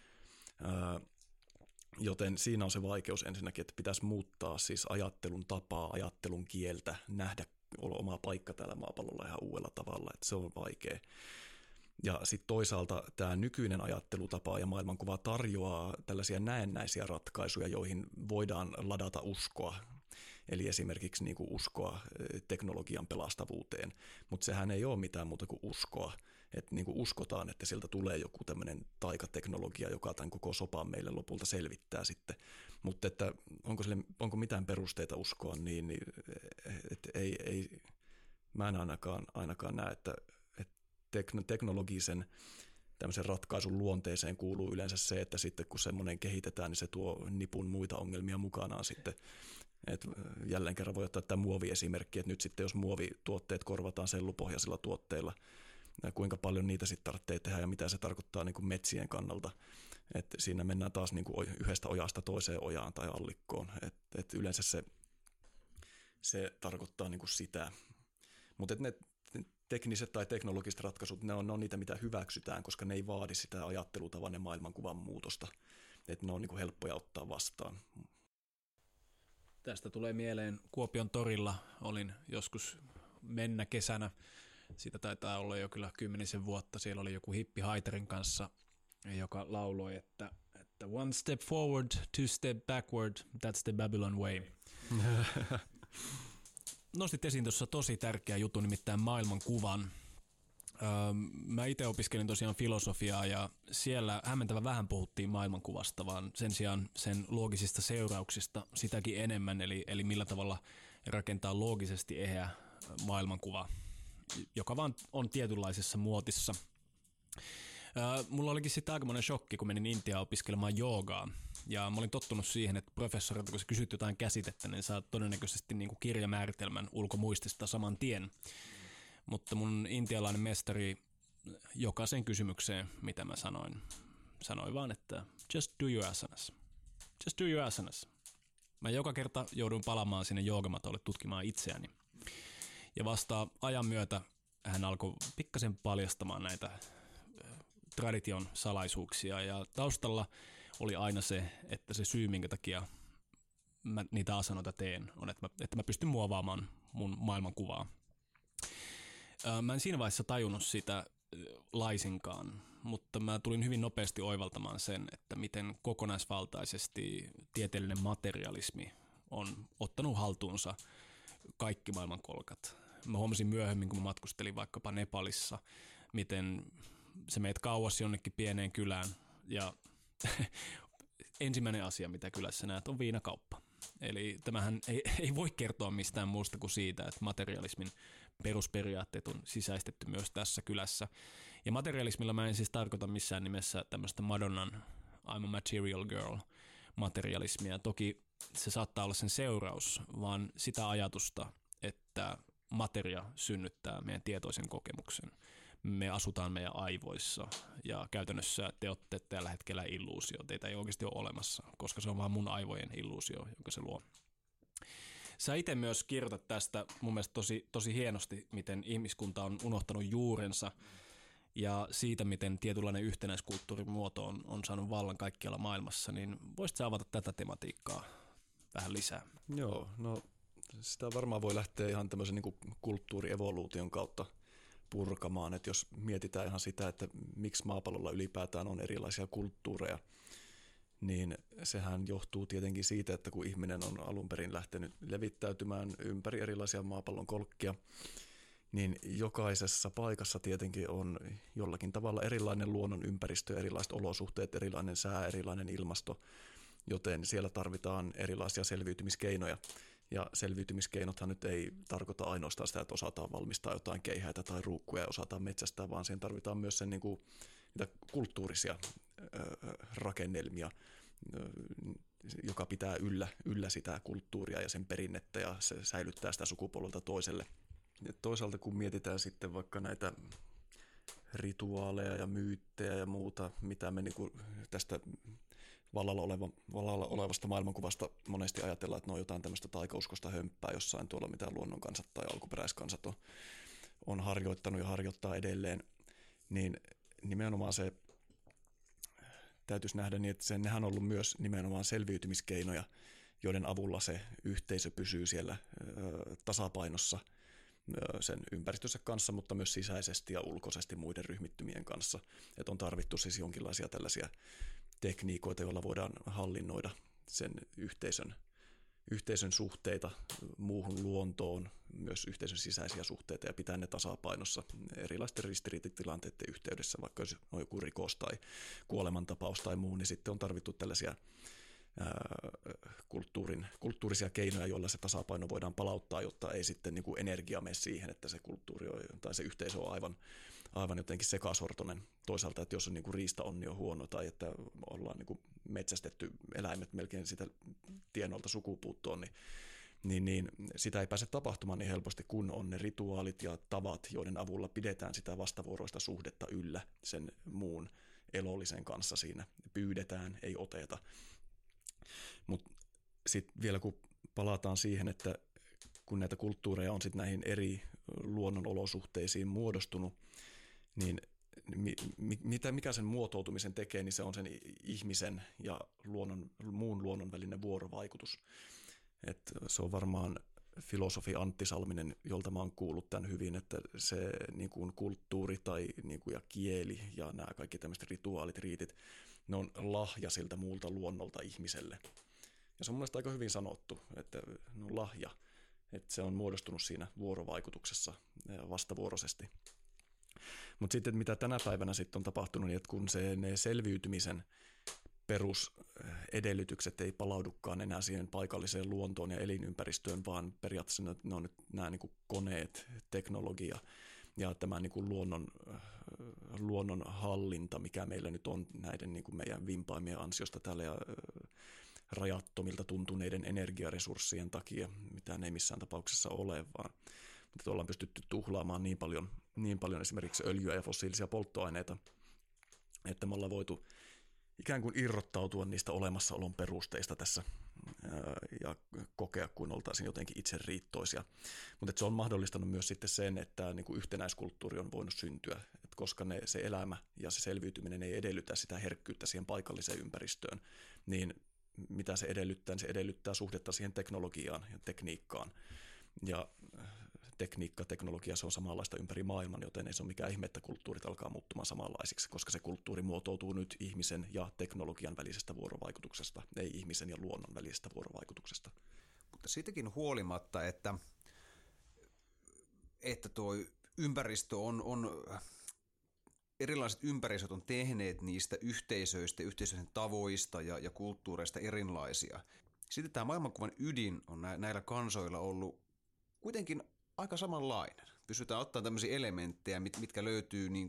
Joten siinä on se vaikeus ensinnäkin, että pitäisi muuttaa siis ajattelun tapaa, ajattelun kieltä, nähdä oma paikka täällä maapallolla ihan uudella tavalla, että se on vaikea. Ja sitten toisaalta tämä nykyinen ajattelutapa ja maailmankuva tarjoaa tällaisia näennäisiä ratkaisuja, joihin voidaan ladata uskoa. Eli esimerkiksi niin kuin uskoa teknologian pelastavuuteen, mutta sehän ei ole mitään muuta kuin uskoa. Että niin kuin uskotaan, että sieltä tulee joku tämmöinen taikateknologia, joka tämän koko sopan meille lopulta selvittää sitten. Mutta että onko mitään perusteita uskoa, niin että ei, mä en ainakaan näe, että teknologisen tämmöisen ratkaisun luonteeseen kuuluu yleensä se, että sitten kun semmoinen kehitetään, niin se tuo nipun muita ongelmia mukanaan sitten. Et jälleen kerran voi ottaa tämä muoviesimerkki, että nyt sitten jos muovituotteet korvataan sellupohjaisilla tuotteilla, kuinka paljon niitä sitten tarvitsee tehdä ja mitä se tarkoittaa niin kuin metsien kannalta. Et siinä mennään taas niin kuin yhdestä ojasta toiseen ojaan tai allikkoon. Et yleensä se tarkoittaa niin kuin sitä. Mutta ne tekniset tai teknologiset ratkaisut, ne on niitä, mitä hyväksytään, koska ne ei vaadi sitä ajattelutavan ja maailmankuvan muutosta. Että ne on niin kuin helppoja ottaa vastaan. Tästä tulee mieleen Kuopion torilla. Olin joskus mennä kesänä. Siitä taitaa olla jo kyllä 10 vuotta. Siellä oli joku hippi haitarin kanssa, joka lauloi, että one step forward, two step backward, that's the Babylon way. Nostit esiin tuossa tosi tärkeä juttu, nimittäin maailmankuvan. Mä itse opiskelin tosiaan filosofiaa ja siellä hämmentävän vähän puhuttiin maailmankuvasta, vaan sen sijaan sen loogisista seurauksista sitäkin enemmän, eli millä tavalla rakentaa loogisesti eheä maailmankuva, joka vaan on tietynlaisessa muotissa. Mulla olikin sitten aikamoinen shokki, kun menin Intiaan opiskelemaan joogaa. Ja mä olin tottunut siihen, että professorilta, kun sä kysyt jotain käsitettä, niin saat todennäköisesti niin kuin kirjamääritelmän ulkomuistista saman tien. Mutta mun intialainen mestari jokaisen kysymykseen, mitä mä sanoi vaan, että just do your asanas. Just do your asanas. Mä joka kerta joudun palaamaan sinne joogamatolle tutkimaan itseäni. Ja vasta ajan myötä hän alkoi pikkasen paljastamaan näitä tradition salaisuuksia. Ja taustalla oli aina se, että se syy, minkä takia mä niitä asanoita teen, on, että mä pystyn muovaamaan mun maailmankuvaa. Mä en siinä vaiheessa tajunnut sitä laisinkaan, mutta mä tulin hyvin nopeasti oivaltamaan sen, että miten kokonaisvaltaisesti tieteellinen materialismi on ottanut haltuunsa kaikki maailmankolkat. Mä huomasin myöhemmin, kun mä matkustelin vaikkapa Nepalissa, miten sä meet kauas jonnekin pieneen kylään ja ensimmäinen asia, mitä kylässä näet, on viinakauppa. Eli tämähän ei voi kertoa mistään muusta kuin siitä, että materialismin perusperiaatteet on sisäistetty myös tässä kylässä. Ja materialismilla mä en siis tarkoita missään nimessä tämmöistä Madonnan I'm a material girl materialismia. Toki se saattaa olla sen seuraus, vaan sitä ajatusta, että materia synnyttää meidän tietoisen kokemuksen. Me asutaan meidän aivoissa ja käytännössä te olette tällä hetkellä illuusio. Teitä ei oikeasti ole olemassa, koska se on vaan mun aivojen illuusio, jonka se luo. Sä itse myös kirjoitat tästä mun mielestä tosi hienosti, miten ihmiskunta on unohtanut juurensa ja siitä, miten tietynlainen yhtenäiskulttuurin muoto on saanut vallan kaikkialla maailmassa. Niin voisit sä avata tätä tematiikkaa vähän lisää? Joo, no sitä varmaan voi lähteä ihan tämmöisen niin kuin kulttuurievoluution kautta purkamaan, että jos mietitään ihan sitä, että miksi maapallolla ylipäätään on erilaisia kulttuureja, niin sehän johtuu tietenkin siitä, että kun ihminen on alun perin lähtenyt levittäytymään ympäri erilaisia maapallon kolkkia, niin jokaisessa paikassa tietenkin on jollakin tavalla erilainen luonnon ympäristö, erilaiset olosuhteet, erilainen sää, erilainen ilmasto, joten siellä tarvitaan erilaisia selviytymiskeinoja. Ja selviytymiskeinothan nyt ei tarkoita ainoastaan sitä, että osataan valmistaa jotain keihäitä tai ruukkuja ja osataan metsästää, vaan siihen tarvitaan myös sen, niin kuin, niitä kulttuurisia rakennelmia, joka pitää yllä sitä kulttuuria ja sen perinnettä ja se säilyttää sitä sukupolvelta toiselle. Ja toisaalta kun mietitään sitten vaikka näitä rituaaleja ja myyttejä ja muuta, mitä me niin kuin tästä vallalla olevasta maailmankuvasta monesti ajatellaan, että ne on jotain tämmöistä taikauskosta hömppää jossain tuolla, mitä luonnonkansat tai alkuperäiskansat on harjoittanut ja harjoittaa edelleen, niin nimenomaan se täytyisi nähdä niin, että nehän on ollut myös nimenomaan selviytymiskeinoja, joiden avulla se yhteisö pysyy siellä tasapainossa sen ympäristössä kanssa, mutta myös sisäisesti ja ulkoisesti muiden ryhmittymien kanssa. Että on tarvittu siis jonkinlaisia tällaisia tekniikoita, joilla voidaan hallinnoida sen yhteisön suhteita muuhun luontoon, myös yhteisön sisäisiä suhteita ja pitää ne tasapainossa erilaisten ristiriitatilanteiden yhteydessä, vaikka jos on joku rikos tai kuolemantapaus tai muu, niin sitten on tarvittu tällaisia kulttuurisia keinoja, joilla se tasapaino voidaan palauttaa, jotta ei sitten niin kuin energia mene siihen, että se kulttuuri tai se yhteisö on aivan jotenkin sekasortoinen. Toisaalta, että jos on niin kuin riistaonni on huono tai että ollaan niin kuin metsästetty eläimet melkein sitä tienolta sukupuuttoon, niin sitä ei pääse tapahtumaan niin helposti, kun on ne rituaalit ja tavat, joiden avulla pidetään sitä vastavuoroista suhdetta yllä sen muun elollisen kanssa siinä. Pyydetään, ei oteta. Mutta sitten vielä kun palataan siihen, että kun näitä kulttuureja on sitten näihin eri luonnonolosuhteisiin muodostunut, niin mikä sen muotoutumisen tekee, niin se on sen ihmisen ja muun luonnon välinen vuorovaikutus. Et se on varmaan filosofi Antti Salminen, jolta mä oon kuullut tämän hyvin, että se niin kuin kulttuuri tai niin kuin, ja kieli ja nämä kaikki tämmöiset rituaalit, riitit, ne on lahja siltä muulta luonnolta ihmiselle. Ja se on mun mielestä aika hyvin sanottu, että ne on lahja, että se on muodostunut siinä vuorovaikutuksessa vastavuoroisesti. Mutta sitten mitä tänä päivänä sitten on tapahtunut, niin että kun ne selviytymisen perusedellytykset ei palaudukaan enää siihen paikalliseen luontoon ja elinympäristöön, vaan periaatteessa ne on nyt nämä niin kuin koneet, teknologia ja tämä niin kuin luonnon hallinta, mikä meillä nyt on näiden niin kuin meidän vimpaimien ansiosta täällä ja rajattomilta tuntuneiden energiaresurssien takia, mitä ne ei missään tapauksessa ole, vaan mutta ollaan pystytty tuhlaamaan niin paljon esimerkiksi öljyä ja fossiilisia polttoaineita, että me ollaan voitu ikään kuin irrottautua niistä olemassaolon perusteista tässä ja kokea, kuin oltaisiin jotenkin itseriittoisia. Mutta se on mahdollistanut myös sitten sen, että niin kuin yhtenäiskulttuuri on voinut syntyä, että koska se elämä ja se selviytyminen ei edellytä sitä herkkyyttä siihen paikalliseen ympäristöön, niin mitä se edellyttää? Se edellyttää suhdetta siihen teknologiaan ja tekniikkaan. Ja teknologia, se on samanlaista ympäri maailman, joten ei se ole mikään ihme, että kulttuurit alkaa muuttumaan samanlaisiksi, koska se kulttuuri muotoutuu nyt ihmisen ja teknologian välisestä vuorovaikutuksesta, ei ihmisen ja luonnon välisestä vuorovaikutuksesta. Mutta siitäkin huolimatta, että että tuo ympäristö on erilaiset ympäristöt on tehneet niistä yhteisöistä, yhteisöiden tavoista ja kulttuureista erilaisia. Sitten tämä maailmankuvan ydin on näillä kansoilla ollut kuitenkin aika samanlainen. Pystytään ottamaan tämmöisiä elementtejä, mitkä löytyy niin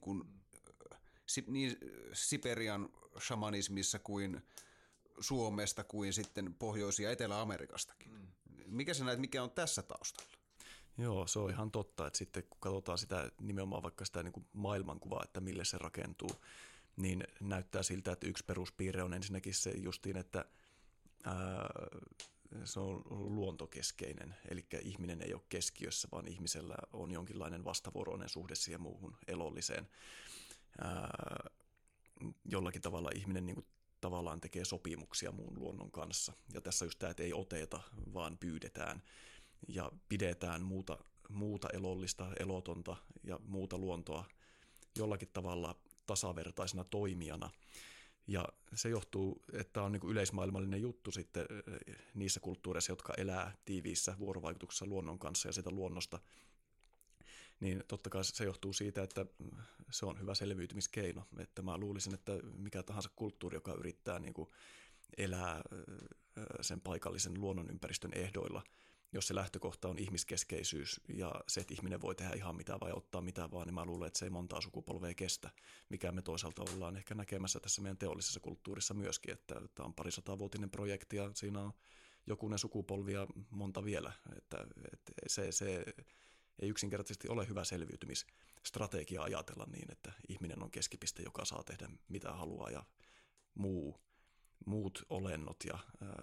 Siperian shamanismissa kuin Suomesta kuin sitten Pohjois- ja Etelä-Amerikastakin. Mikä sä näet, mikä on tässä taustalla? Joo, se on ihan totta, että sitten kun katsotaan sitä nimenomaan vaikka sitä niin kuin maailmankuvaa, että mille se rakentuu, niin näyttää siltä, että yksi peruspiirre on ensinnäkin se justiin, että se on luontokeskeinen, eli ihminen ei ole keskiössä, vaan ihmisellä on jonkinlainen vastavuoroinen suhde siihen muuhun elolliseen. Jollakin tavalla ihminen niin kuin tavallaan tekee sopimuksia muun luonnon kanssa. Ja tässä just tämä, että ei oteta, vaan pyydetään ja pidetään muuta elollista, elotonta ja muuta luontoa jollakin tavalla tasavertaisena toimijana. Ja se johtuu, että on niin kuin yleismaailmallinen juttu sitten niissä kulttuureissa, jotka elää tiiviissä vuorovaikutuksessa luonnon kanssa ja sitä luonnosta. Niin totta kai se johtuu siitä, että se on hyvä selviytymiskeino. Että mä luulisin, että mikä tahansa kulttuuri, joka yrittää niin kuin elää sen paikallisen luonnonympäristön ehdoilla, jos se lähtökohta on ihmiskeskeisyys ja se, että ihminen voi tehdä ihan mitä vai ottaa mitä vaan, niin mä luulen, että se ei montaa sukupolvea kestä, mikä me toisaalta ollaan ehkä näkemässä tässä meidän teollisessa kulttuurissa myöskin, että tämä on 200-vuotinen projekti ja siinä on jokunen sukupolvi ja monta vielä, että se ei yksinkertaisesti ole hyvä selviytymisstrategia ajatella niin, että ihminen on keskipiste, joka saa tehdä mitä haluaa ja muut olennot ja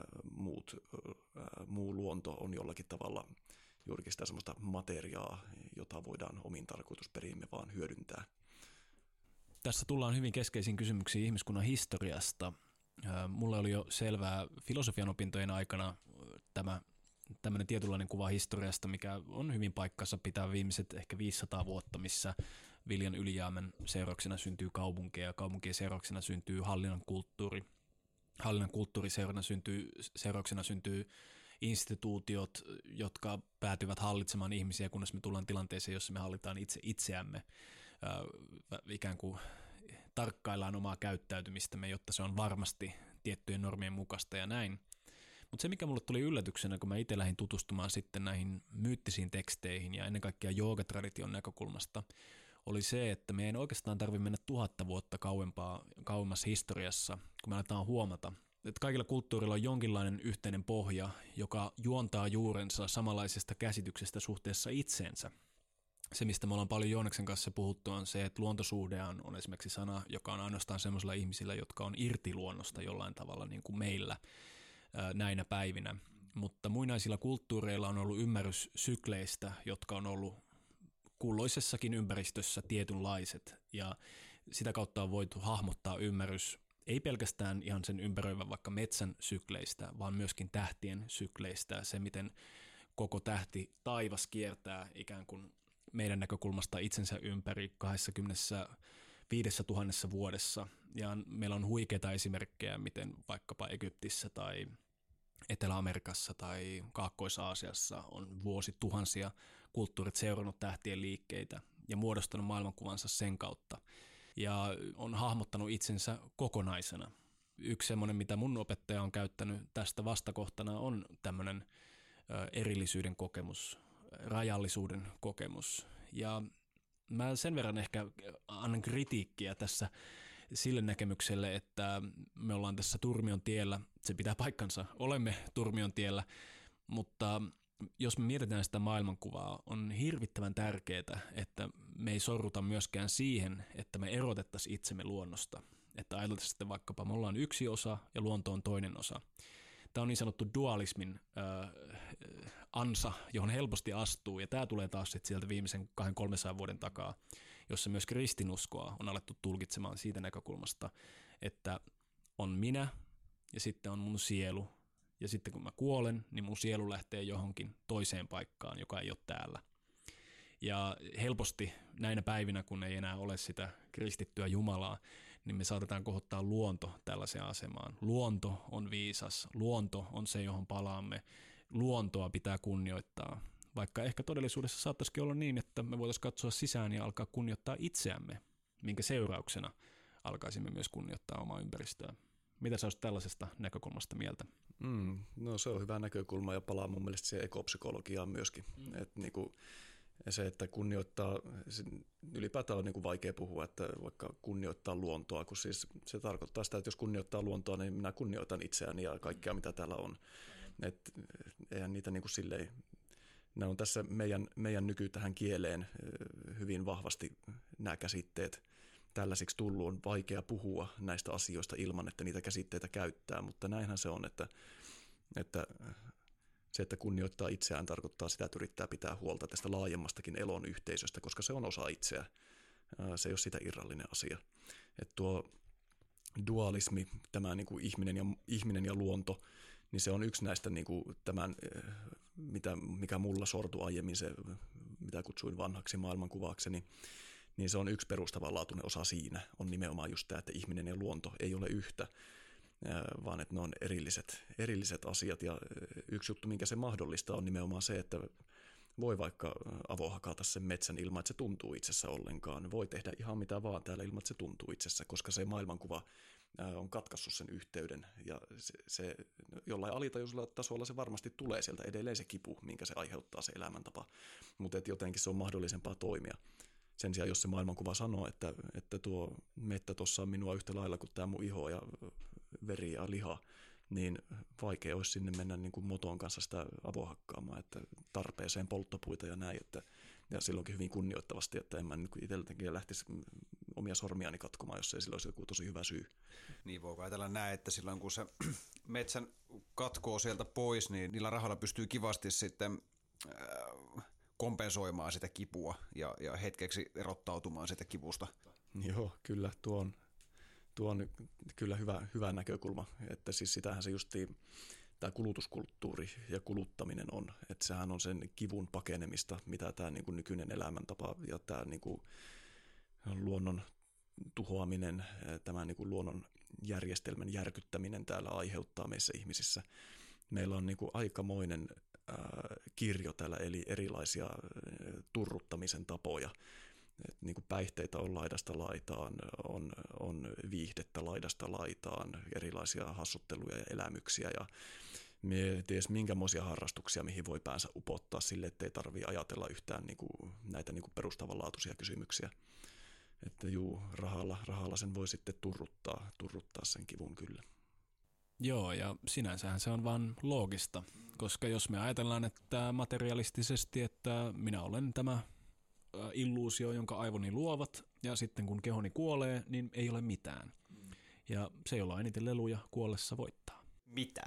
muu luonto on jollakin tavalla juurikin sitä semmoista materiaa, jota voidaan omin tarkoitusperiimme vaan hyödyntää. Tässä tullaan hyvin keskeisiin kysymyksiin ihmiskunnan historiasta. Mulle oli jo selvää filosofian opintojen aikana tämmöinen tietynlainen kuva historiasta, mikä on hyvin paikkansa pitää viimeiset ehkä 500 vuotta, missä viljan ylijäämän seurauksena syntyy kaupunkeja ja kaupunkien seurauksena syntyy hallinnan kulttuuri. Hallinnan seurauksena syntyy instituutiot, jotka päätyvät hallitsemaan ihmisiä, kunnes me tullaan tilanteeseen, jossa me hallitaan itseämme. Ikään kuin tarkkaillaan omaa käyttäytymistämme, jotta se on varmasti tiettyjen normien mukaista ja näin. Mutta se, mikä mulle tuli yllätyksenä, kun mä itse lähdin tutustumaan sitten näihin myyttisiin teksteihin ja ennen kaikkea joogatradition näkökulmasta, oli se, että me ei oikeastaan tarvitse mennä 1000 vuotta kauemmas historiassa, kun me aletaan huomata, että kaikilla kulttuurilla on jonkinlainen yhteinen pohja, joka juontaa juurensa samanlaisesta käsityksestä suhteessa itseensä. Se, mistä me ollaan paljon Jooneksen kanssa puhuttu, on se, että luontosuhde on esimerkiksi sana, joka on ainoastaan sellaisilla ihmisillä, jotka on irti luonnosta jollain tavalla niin kuin meillä näinä päivinä. Mutta muinaisilla kulttuureilla on ollut ymmärrys sykleistä, jotka on ollut kulloisessakin ympäristössä tietynlaiset, ja sitä kautta on voitu hahmottaa ymmärrys ei pelkästään ihan sen ympäröivän vaikka metsän sykleistä, vaan myöskin tähtien sykleistä, se miten koko tähti taivas kiertää ikään kuin meidän näkökulmasta itsensä ympäri 25 000 vuodessa, ja meillä on huikeita esimerkkejä, miten vaikkapa Egyptissä tai Etelä-Amerikassa tai Kaakkois-Aasiassa on vuosituhansia kulttuurit seurannut tähtien liikkeitä ja muodostanut maailmankuvansa sen kautta ja on hahmottanut itsensä kokonaisena. Yksi semmoinen, mitä mun opettaja on käyttänyt tästä vastakohtana, on tämmöinen erillisyyden kokemus, rajallisuuden kokemus. Ja mä sen verran ehkä annan kritiikkiä tässä sille näkemykselle, että me ollaan tässä turmion tiellä, se pitää paikkansa, olemme turmion tiellä, mutta jos me mietitään sitä maailmankuvaa, on hirvittävän tärkeää, että me ei sorruta myöskään siihen, että me erotettaisiin itsemme luonnosta. Että ajatellaan sitten vaikkapa, me ollaan yksi osa ja luonto on toinen osa. Tämä on niin sanottu dualismin ansa, johon helposti astuu, ja tämä tulee taas sieltä viimeisen 200-300 vuoden takaa, jossa myös kristinuskoa on alettu tulkitsemaan siitä näkökulmasta, että on minä ja sitten on mun sielu, ja sitten kun mä kuolen, niin mun sielu lähtee johonkin toiseen paikkaan, joka ei ole täällä. Ja helposti näinä päivinä, kun ei enää ole sitä kristittyä Jumalaa, niin me saatetaan kohottaa luonto tällaiseen asemaan. Luonto on viisas, luonto on se, johon palaamme, luontoa pitää kunnioittaa. vaikka ehkä todellisuudessa saattaisikin olla niin, että me voitaisiin katsoa sisään ja alkaa kunnioittaa itseämme, minkä seurauksena alkaisimme myös kunnioittaa omaa ympäristöä. Mitä sä olisit tällaisesta näkökulmasta mieltä? No se on hyvä näkökulma ja palaa mun mielestä siihen ekopsykologiaan myöskin. Että niinku, se, että kunnioittaa, ylipäätään on niinku vaikea puhua, että vaikka kunnioittaa luontoa, kun siis se tarkoittaa sitä, että jos kunnioittaa luontoa, niin minä kunnioitan itseäni ja kaikkea mitä täällä on. Et eihän niitä niinku silleen, nämä on tässä meidän tähän kieleen hyvin vahvasti nämä käsitteet tällaisiksi tullut. On vaikea puhua näistä asioista ilman, että niitä käsitteitä käyttää, mutta näinhän se on, että se, että kunnioittaa itseään, tarkoittaa sitä, että yrittää pitää huolta tästä laajemmastakin elon yhteisöstä, koska se on osa itseä. Se ei ole sitä irrallinen asia. Että tuo dualismi, tämä niin kuin ihminen ja luonto, niin se on yksi näistä niin kuin tämän, mikä mulla sortui aiemmin, se mitä kutsuin vanhaksi maailmankuvakseni, niin se on yksi perustavanlaatuinen osa siinä, on nimenomaan just tämä, että ihminen ja luonto ei ole yhtä, vaan että ne on erilliset asiat. Ja yksi juttu, minkä se mahdollistaa, on nimenomaan se, että voi vaikka avohakata sen metsän ilman, että se tuntuu itsessä ollenkaan. Voi tehdä ihan mitä vaan täällä ilman, että se tuntuu itsessä, koska se maailmankuva on katkaissut sen yhteyden. Ja se jollain alitajuisella tasolla se varmasti tulee sieltä edelleen se kipu, minkä se aiheuttaa se elämäntapa. Mutta jotenkin se on mahdollisempaa toimia. Sen sijaan, jos se maailmankuva sanoo, että tuo mettä tuossa on minua yhtä lailla kuin tämä mun iho ja veri ja liha, niin vaikea olisi sinne mennä niin kuin moton kanssa sitä avohakkaamaan, että tarpeeseen polttopuita ja näin. Ja silloinkin hyvin kunnioittavasti, että en mä niin itseltäkin lähtisi omia sormiani katkomaan, jos ei sillä olisi joku tosi hyvä syy. Niin voiko ajatella näin, että silloin kun se metsän katkoo sieltä pois, niin niillä rahoilla pystyy kivasti sitten kompensoimaan sitä kipua ja hetkeksi erottautumaan sitä kivusta. Joo, kyllä tuo on kyllä hyvä näkökulma, että siis sitähän se justiin tämä kulutuskulttuuri ja kuluttaminen on, että sehän on sen kivun pakenemista, mitä tämä niin kuin nykyinen elämäntapa ja tämä niin kuin luonnon tuhoaminen, tämä niin kuin luonnon järjestelmän järkyttäminen täällä aiheuttaa meissä ihmisissä. Meillä on niin kuin aikamoinen kirjo täällä, eli erilaisia turruttamisen tapoja. Et niin kuin päihteitä on laidasta laitaan, on viihdettä laidasta laitaan, erilaisia hassutteluja ja elämyksiä ja ties minkämoisia harrastuksia, mihin voi päänsä upottaa sille, ettei tarvitse ajatella yhtään niin kuin näitä niin kuin perustavanlaatuisia kysymyksiä. Että rahalla sen voi sitten turruttaa sen kivun kyllä. Joo, ja sinänsähän se on vaan loogista, koska jos me ajatellaan, että materialistisesti, että minä olen tämä illuusio, jonka aivoni luovat, ja sitten kun kehoni kuolee, niin ei ole mitään. Ja se, jolla on eniten leluja, kuollessa voittaa. Mitä?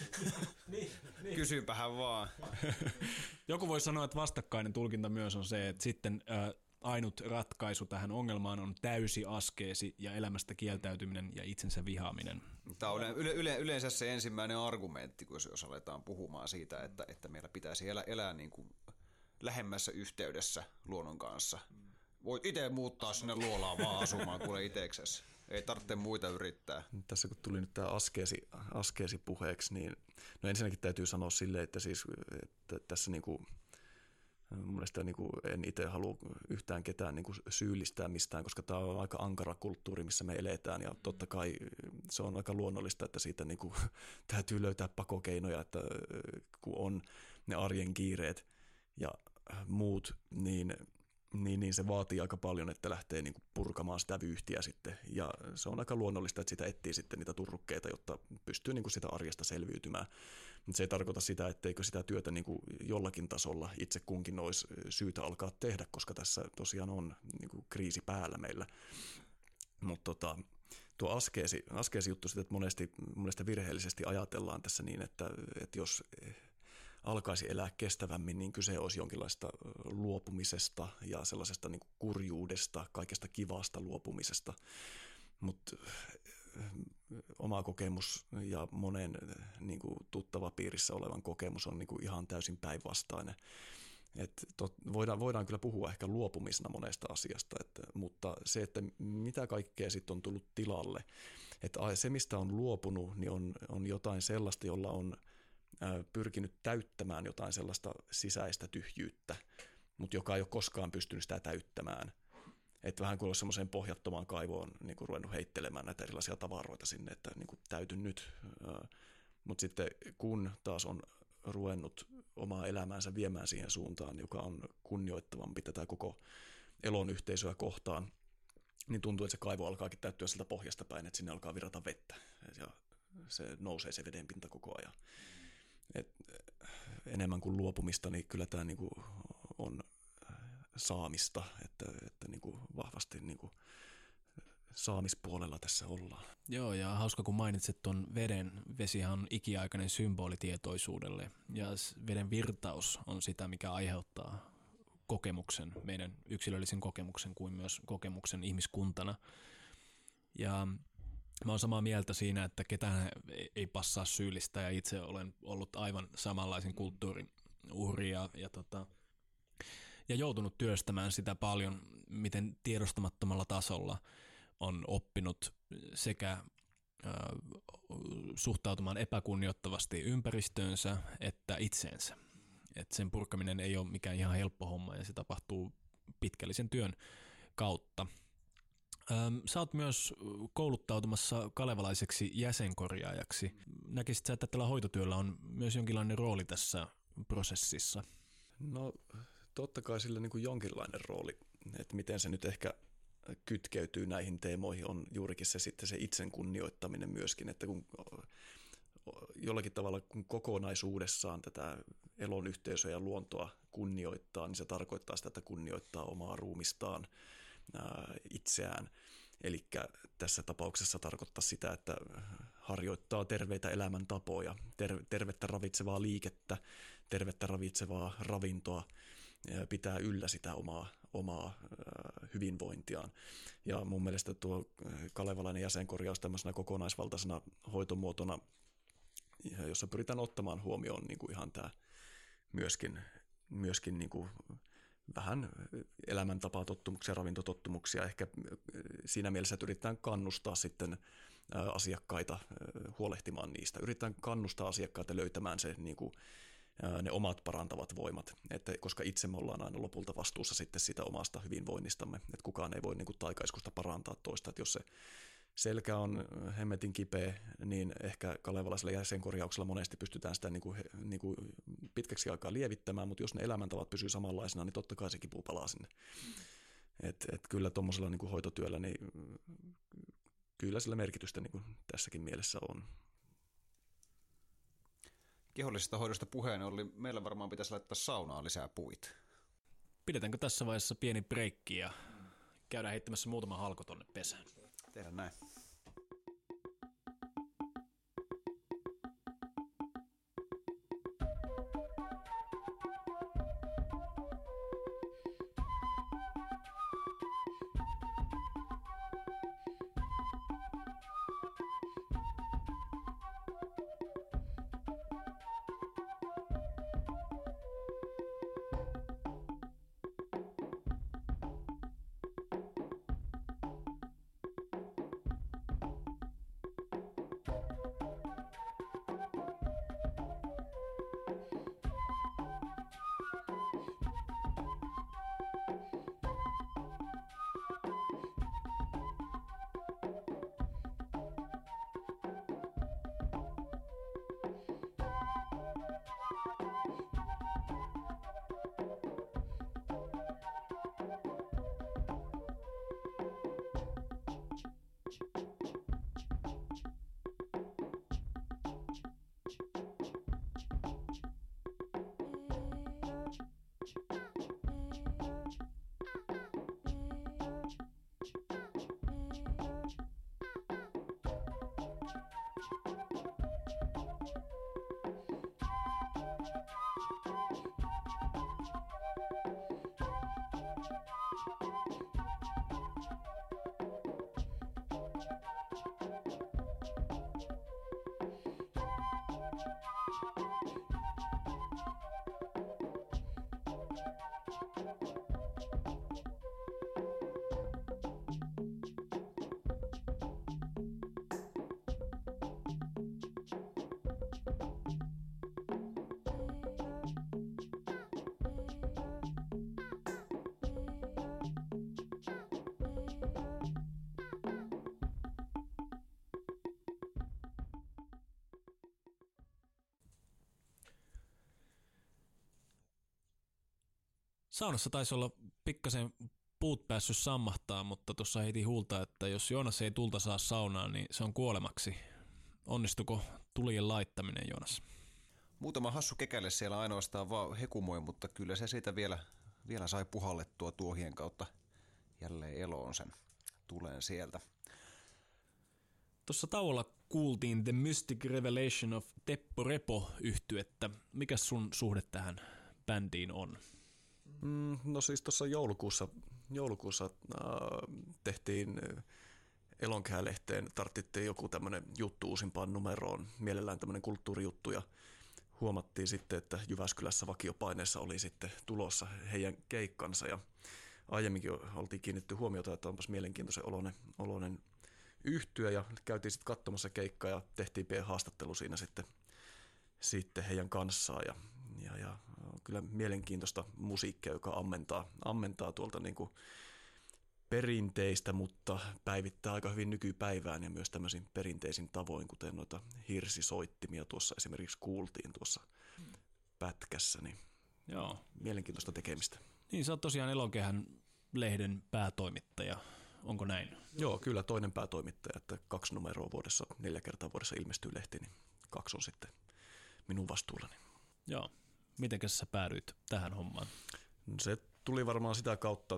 Kysynpähän vaan. Joku voi sanoa, että vastakkainen tulkinta myös on se, että sitten ainut ratkaisu tähän ongelmaan on täysi askeesi ja elämästä kieltäytyminen ja itsensä vihaaminen. Tämä on yleensä se ensimmäinen argumentti, jos aletaan puhumaan siitä, että meillä pitäisi elää niin kuin lähemmässä yhteydessä luonnon kanssa. Voit itse muuttaa sinne luolaan vaan asumaan, kuule itseksesi. Ei tarvitse muita yrittää. Tässä kun tuli nyt tämä askeesi puheeksi, niin no ensinnäkin täytyy sanoa silleen, että siis että tässä niinku mun mielestä niinku en itse halua yhtään ketään niinku syyllistää mistään, koska tämä on aika ankara kulttuuri, missä me eletään ja totta kai se on aika luonnollista, että siitä niinku täytyy löytää pakokeinoja, että kun on ne arjen kiireet ja muut, niin se vaatii aika paljon, että lähtee niinku purkamaan sitä vyyhtiä sitten. Ja se on aika luonnollista, että sitä etsii sitten niitä turrukkeita, jotta pystyy niinku sitä arjesta selviytymään. Mutta se ei tarkoita sitä, etteikö sitä työtä niinku jollakin tasolla itse kunkin olisi syytä alkaa tehdä, koska tässä tosiaan on niinku kriisi päällä meillä. Mutta tuo askeesi juttu sitten, että monesti virheellisesti ajatellaan tässä niin, että jos alkaisi elää kestävämmin, niin kyse olisi jonkinlaista luopumisesta ja sellaisesta niin kuin kurjuudesta, kaikesta kivasta luopumisesta. Mutta oma kokemus ja monen niin kuin tuttava piirissä olevan kokemus on niin kuin ihan täysin päinvastainen. Voidaan kyllä puhua ehkä luopumisena monesta asiasta, mutta se, että mitä kaikkea sitten on tullut tilalle, että se mistä on luopunut, niin on jotain sellaista, jolla on pyrkinyt täyttämään jotain sellaista sisäistä tyhjyyttä, mutta joka ei ole koskaan pystynyt sitä täyttämään. Että vähän kuin olisi semmoiseen pohjattomaan kaivoon niin kuin ruvennut heittelemään näitä erilaisia tavaroita sinne, että niin kuin täyty nyt. Mutta sitten kun taas on ruvennut omaa elämäänsä viemään siihen suuntaan, joka on kunnioittavampi tätä koko elon yhteisöä kohtaan, niin tuntuu, että se kaivo alkaakin täyttyä sieltä pohjasta päin, että sinne alkaa virrata vettä ja se nousee se vedenpinta koko ajan. Enemmän kuin luopumista, niin kyllä tämä niinku on saamista, että niinku vahvasti niinku saamispuolella tässä ollaan. Joo, ja hauska kun mainitsit tuon veden. Vesihan on ikiaikainen symboli tietoisuudelle, ja veden virtaus on sitä, mikä aiheuttaa kokemuksen, meidän yksilöllisen kokemuksen kuin myös kokemuksen ihmiskuntana. Ja mä oon samaa mieltä siinä, että ketään ei passaa syyllistää, ja itse olen ollut aivan samanlaisen kulttuurin uhri ja joutunut työstämään sitä paljon, miten tiedostamattomalla tasolla on oppinut sekä suhtautumaan epäkunnioittavasti ympäristöönsä että itseensä. Et sen purkaminen ei ole mikään ihan helppo homma ja se tapahtuu pitkällisen työn kautta. Sä oot myös kouluttautumassa kalevalaiseksi jäsenkorjaajaksi. Näkisit sä, että tällä hoitotyöllä on myös jonkinlainen rooli tässä prosessissa? No totta kai sillä niin kuin jonkinlainen rooli, että miten se nyt ehkä kytkeytyy näihin teemoihin on juurikin se sitten se itsen kunnioittaminen myöskin, että kun jollakin tavalla kun kokonaisuudessaan tätä elon yhteisöä ja luontoa kunnioittaa, niin se tarkoittaa sitä, että kunnioittaa omaa ruumistaan, itseään. Eli tässä tapauksessa tarkoittaa sitä, että harjoittaa terveitä elämäntapoja, tervettä ravitsevaa liikettä, tervettä ravitsevaa ravintoa, pitää yllä sitä omaa hyvinvointiaan. Ja mun mielestä tuo kalevalainen jäsenkorjaus tämmöisenä kokonaisvaltaisena hoitomuotona, jossa pyritään ottamaan huomioon niin kuin ihan tämä myöskin niin kuin vähän elämäntapatottumuksia, ravintotottumuksia. Ehkä siinä mielessä, että yritetään kannustaa sitten asiakkaita huolehtimaan niistä. Yritetään kannustaa asiakkaita löytämään se, niin kuin, ne omat parantavat voimat, koska itse me ollaan aina lopulta vastuussa sitten siitä omasta hyvinvoinnistamme. Että kukaan ei voi niin kuin taikaiskusta parantaa toista. Että jos se selkä on hemmetin kipeä, niin ehkä kalevalaisella jäsenkorjauksella monesti pystytään sitä niin kuin pitkäksi aikaa lievittämään, mutta jos ne elämäntavat pysyy samanlaisena, niin totta kai se kipu palaa sinne. Et kyllä tuommoisella niin kuin hoitotyöllä, niin kyllä sillä merkitystä niin kuin tässäkin mielessä on. Kehollisesta hoidosta puheen oli, meillä varmaan pitäisi laittaa saunaan lisää puita. Pidetäänkö tässä vaiheessa pieni breikki ja käydään heittämässä muutama halko tonne pesään? Tehdään näin. Saunassa taisi olla pikkasen puut päässyt sammahtaa, mutta tuossa heiti huulta, että jos Joonas ei tulta saa saunaan, niin se on kuolemaksi. Onnistuko tulien laittaminen, Joonas? Muutama hassu kekälle siellä ainoastaan vaan hekumoi, mutta kyllä se siitä vielä sai puhallettua tuohien kautta jälleen eloon sen tuleen sieltä. Tuossa tauolla kuultiin The Mystic Revelation of Teppo Repo -yhtyettä. Mikä sun suhde tähän bändiin on? No siis tuossa joulukuussa tehtiin Elonkehä-lehteen, tarvittiin joku tämmöinen juttu uusimpaan numeroon, mielellään tämmöinen kulttuurijuttu, ja huomattiin sitten, että Jyväskylässä vakiopaineessa oli sitten tulossa heidän keikkansa, ja aiemminkin oltiin kiinnitetty huomiota, että onpas mielenkiintoisen oloinen yhtye, ja käytiin sitten katsomassa keikkaa ja tehtiin pieni haastattelu siinä sitten heidän kanssaan, ja kyllä mielenkiintoista musiikkia, joka ammentaa tuolta niin kuin perinteistä, mutta päivittää aika hyvin nykypäivään ja myös tämmöisin perinteisin tavoin, kuten noita hirsisoittimia tuossa esimerkiksi kuultiin tuossa pätkässä, niin Joo. Mielenkiintoista tekemistä. Niin, sä oot tosiaan Elonkehän lehden päätoimittaja, onko näin? Joo, kyllä toinen päätoimittaja, että 2 numeroa vuodessa, 4 kertaa vuodessa ilmestyy lehti, niin 2 on sitten minun vastuullani. Joo. Mitenkäs sä päädyit tähän hommaan? Se tuli varmaan sitä kautta,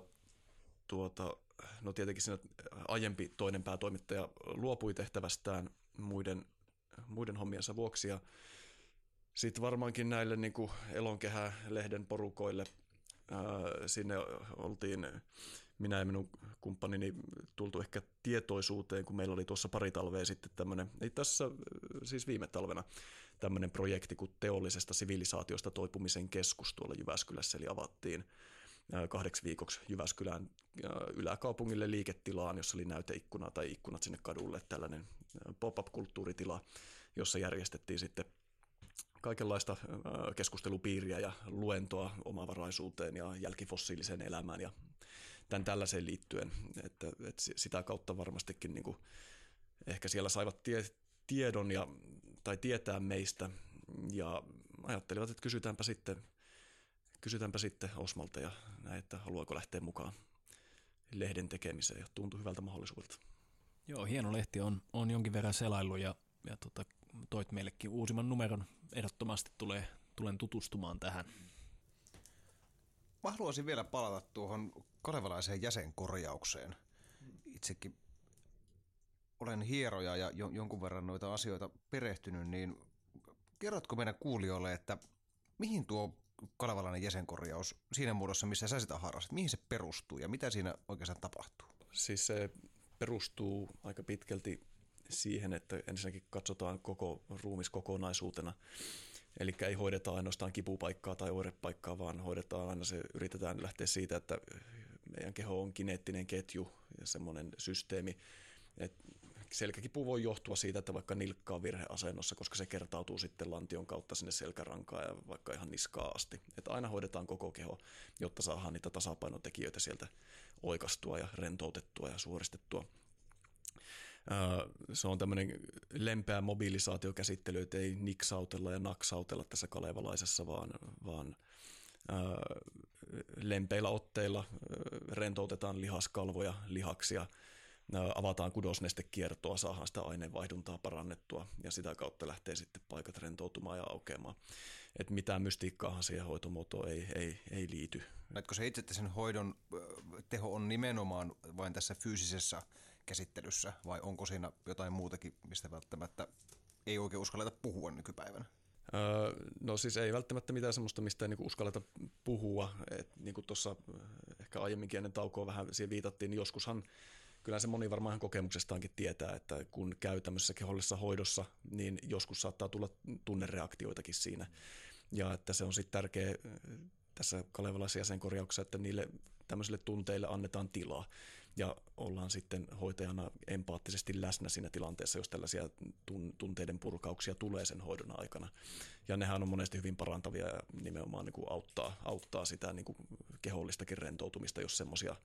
no tietenkin siinä aiempi toinen päätoimittaja luopui tehtävästään muiden hommiensa vuoksi, ja sitten varmaankin näille niin kuin Elonkehä-lehden porukoille sinne oltiin, minä ja minun kumppanini, tultu ehkä tietoisuuteen, kun meillä oli tuossa pari talvea sitten tämmöinen, ei tässä siis viime talvena, tämmöinen projekti kuin teollisesta sivilisaatiosta toipumisen keskus tuolla Jyväskylässä, eli avattiin 2 viikoksi Jyväskylän yläkaupungille liiketilaan, jossa oli näyteikkuna tai ikkunat sinne kadulle, tällainen pop-up-kulttuuritila, jossa järjestettiin sitten kaikenlaista keskustelupiiriä ja luentoa omavaraisuuteen ja jälkifossiiliseen elämään ja tämän tällaiseen liittyen, että sitä kautta varmastikin niin kuin ehkä siellä saivat tiedon tai tietää meistä ja ajattelivat, että kysytäänpä sitten Osmalta ja näin, että haluaako lähteä mukaan lehden tekemiseen, ja tuntui hyvältä mahdollisuudelta. Joo, hieno lehti on jonkin verran selailu ja toit meillekin uusimman numeron. Ehdottomasti tulen tutustumaan tähän. Mä haluaisin vielä palata tuohon kalevalaiseen jäsenkorjaukseen. Itsekin olen hieroja ja jonkun verran noita asioita perehtynyt, niin kerrotko meidän kuulijoille, että mihin tuo kalevalainen jäsenkorjaus siinä muodossa, missä sä sitä harrastat, mihin se perustuu ja mitä siinä oikeastaan tapahtuu? Siis se perustuu aika pitkälti siihen, että ensinnäkin katsotaan koko ruumis kokonaisuutena. Eli ei hoideta ainoastaan kipupaikkaa tai oirepaikkaa, vaan hoidetaan aina yritetään lähteä siitä, että meidän keho on kineettinen ketju ja semmoinen systeemi, että selkäkipu voi johtua siitä, että vaikka nilkka on virheasennossa, koska se kertautuu sitten lantion kautta sinne selkärankaan ja vaikka ihan niskaa asti. Että aina hoidetaan koko keho, jotta saadaan niitä tasapainotekijöitä sieltä oikastua ja rentoutettua ja suoristettua. Se on tämmöinen lempeä mobilisaatiokäsittely, että ei niksautella ja naksautella tässä kalevalaisessa, vaan lempeillä otteilla rentoutetaan lihaskalvoja, lihaksia, avataan kudosnestekiertoa, saadaan sitä aineenvaihduntaa parannettua ja sitä kautta lähtee sitten paikat rentoutumaan ja aukeamaan. Että mitään mystiikkaahan siihen hoitomuotoon ei liity. Näetkö se itse, että sen hoidon teho on nimenomaan vain tässä fyysisessä käsittelyssä vai onko siinä jotain muutakin, mistä välttämättä ei oikein uskalleta puhua nykypäivänä? No siis ei välttämättä mitään semmoista, mistä ei niinku uskalleta puhua. Et niin kuin tuossa ehkä aiemminkin ennen taukoa vähän siihen viitattiin, niin joskushan kyllä se moni varmaan kokemuksestaankin tietää, että kun käy tämmöisessä kehollisessa hoidossa, niin joskus saattaa tulla tunnereaktioitakin siinä. Ja että se on sitten tärkeä tässä kalevalaisen jäsenkorjauksessa, että niille tämmöisille tunteille annetaan tilaa ja ollaan sitten hoitajana empaattisesti läsnä siinä tilanteessa, jos tällaisia tunteiden purkauksia tulee sen hoidon aikana. Ja nehän on monesti hyvin parantavia ja nimenomaan niin kuin auttaa sitä niin kuin kehollistakin rentoutumista, jos semmoisia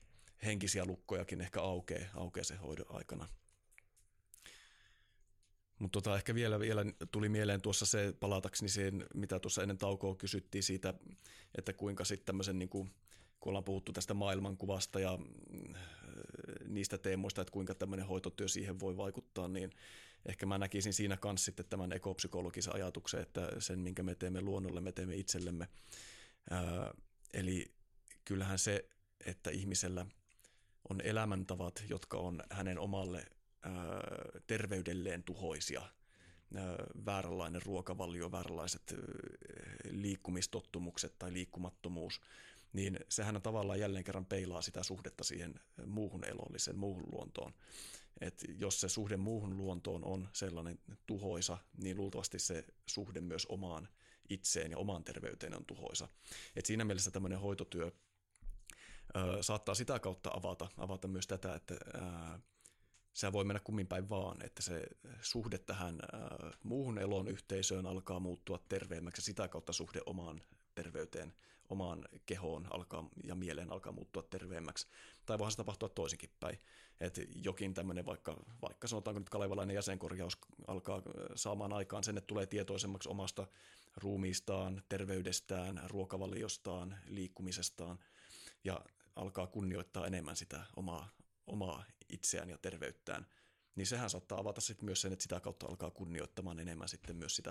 henkisiä lukkojakin ehkä aukeaa sen hoidon aikana. Mutta ehkä vielä tuli mieleen tuossa se, palatakseni siihen, mitä tuossa ennen taukoa kysyttiin siitä, että kuinka sitten tämmöisen, niin kuin, kun ollaan puhuttu tästä maailmankuvasta ja niistä teemoista, että kuinka tämmöinen hoitotyö siihen voi vaikuttaa, niin ehkä mä näkisin siinä kanssa sitten tämän ekopsykologisen ajatuksen, että sen, minkä me teemme luonnolle, me teemme itsellemme. Eli kyllähän se, että ihmisellä on elämäntavat, jotka on hänen omalle terveydelleen tuhoisia, vääränlainen ruokavalio, vääränlaiset liikkumistottumukset tai liikkumattomuus, niin sehän tavallaan jälleen kerran peilaa sitä suhdetta siihen muuhun elolliseen, muuhun luontoon. Et jos se suhde muuhun luontoon on sellainen tuhoisa, niin luultavasti se suhde myös omaan itseen ja omaan terveyteen on tuhoisa. Et siinä mielessä tämmöinen hoitotyö saattaa sitä kautta avata myös tätä, että se voi mennä kummin päin vaan, että se suhde tähän muuhun elon yhteisöön alkaa muuttua terveemmäksi ja sitä kautta suhde omaan terveyteen, omaan kehoon ja mieleen alkaa muuttua terveemmäksi. Tai voihan se tapahtua toisinkin päin, että jokin tämmöinen vaikka sanotaanko nyt kalevalainen jäsenkorjaus alkaa saamaan aikaan sen, että tulee tietoisemmaksi omasta ruumiistaan, terveydestään, ruokavaliostaan, liikkumisestaan ja alkaa kunnioittaa enemmän sitä omaa itseään ja terveyttään, niin sehän saattaa avata sitten myös sen, että sitä kautta alkaa kunnioittamaan enemmän sitten myös sitä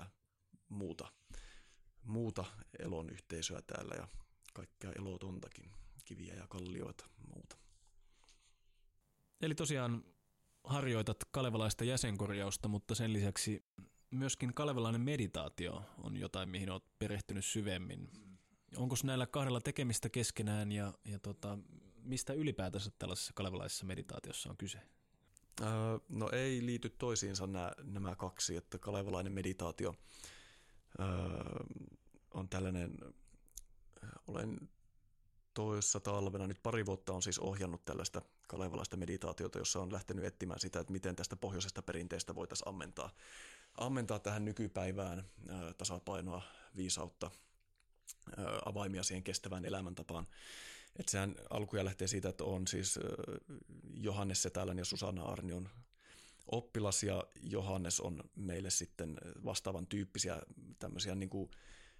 muuta elon yhteisöä täällä ja kaikkea elotontakin, kiviä ja kallioita muuta. Eli tosiaan harjoitat kalevalaista jäsenkorjausta, mutta sen lisäksi myöskin kalevalainen meditaatio on jotain, mihin olet perehtynyt syvemmin. Onko näillä kahdella tekemistä keskenään ja mistä ylipäätänsä tällaisessa kalevalaisessa meditaatiossa on kyse? No ei liity toisiinsa nämä kaksi, että kalevalainen meditaatio on tällainen, olen toissa talvena, nyt 2 vuotta on siis ohjannut tällaista kalevalaista meditaatiota, jossa on lähtenyt etsimään sitä, että miten tästä pohjoisesta perinteestä voitaisiin ammentaa tähän nykypäivään tasapainoa, viisautta, avaimia siihen kestävään elämäntapaan. Että sehän alkuja lähtee siitä, että on siis Johannes Setälän ja Susanna Arnion oppilas ja Johannes on meille sitten vastaavan tyyppisiä tämmöisiä niin kuin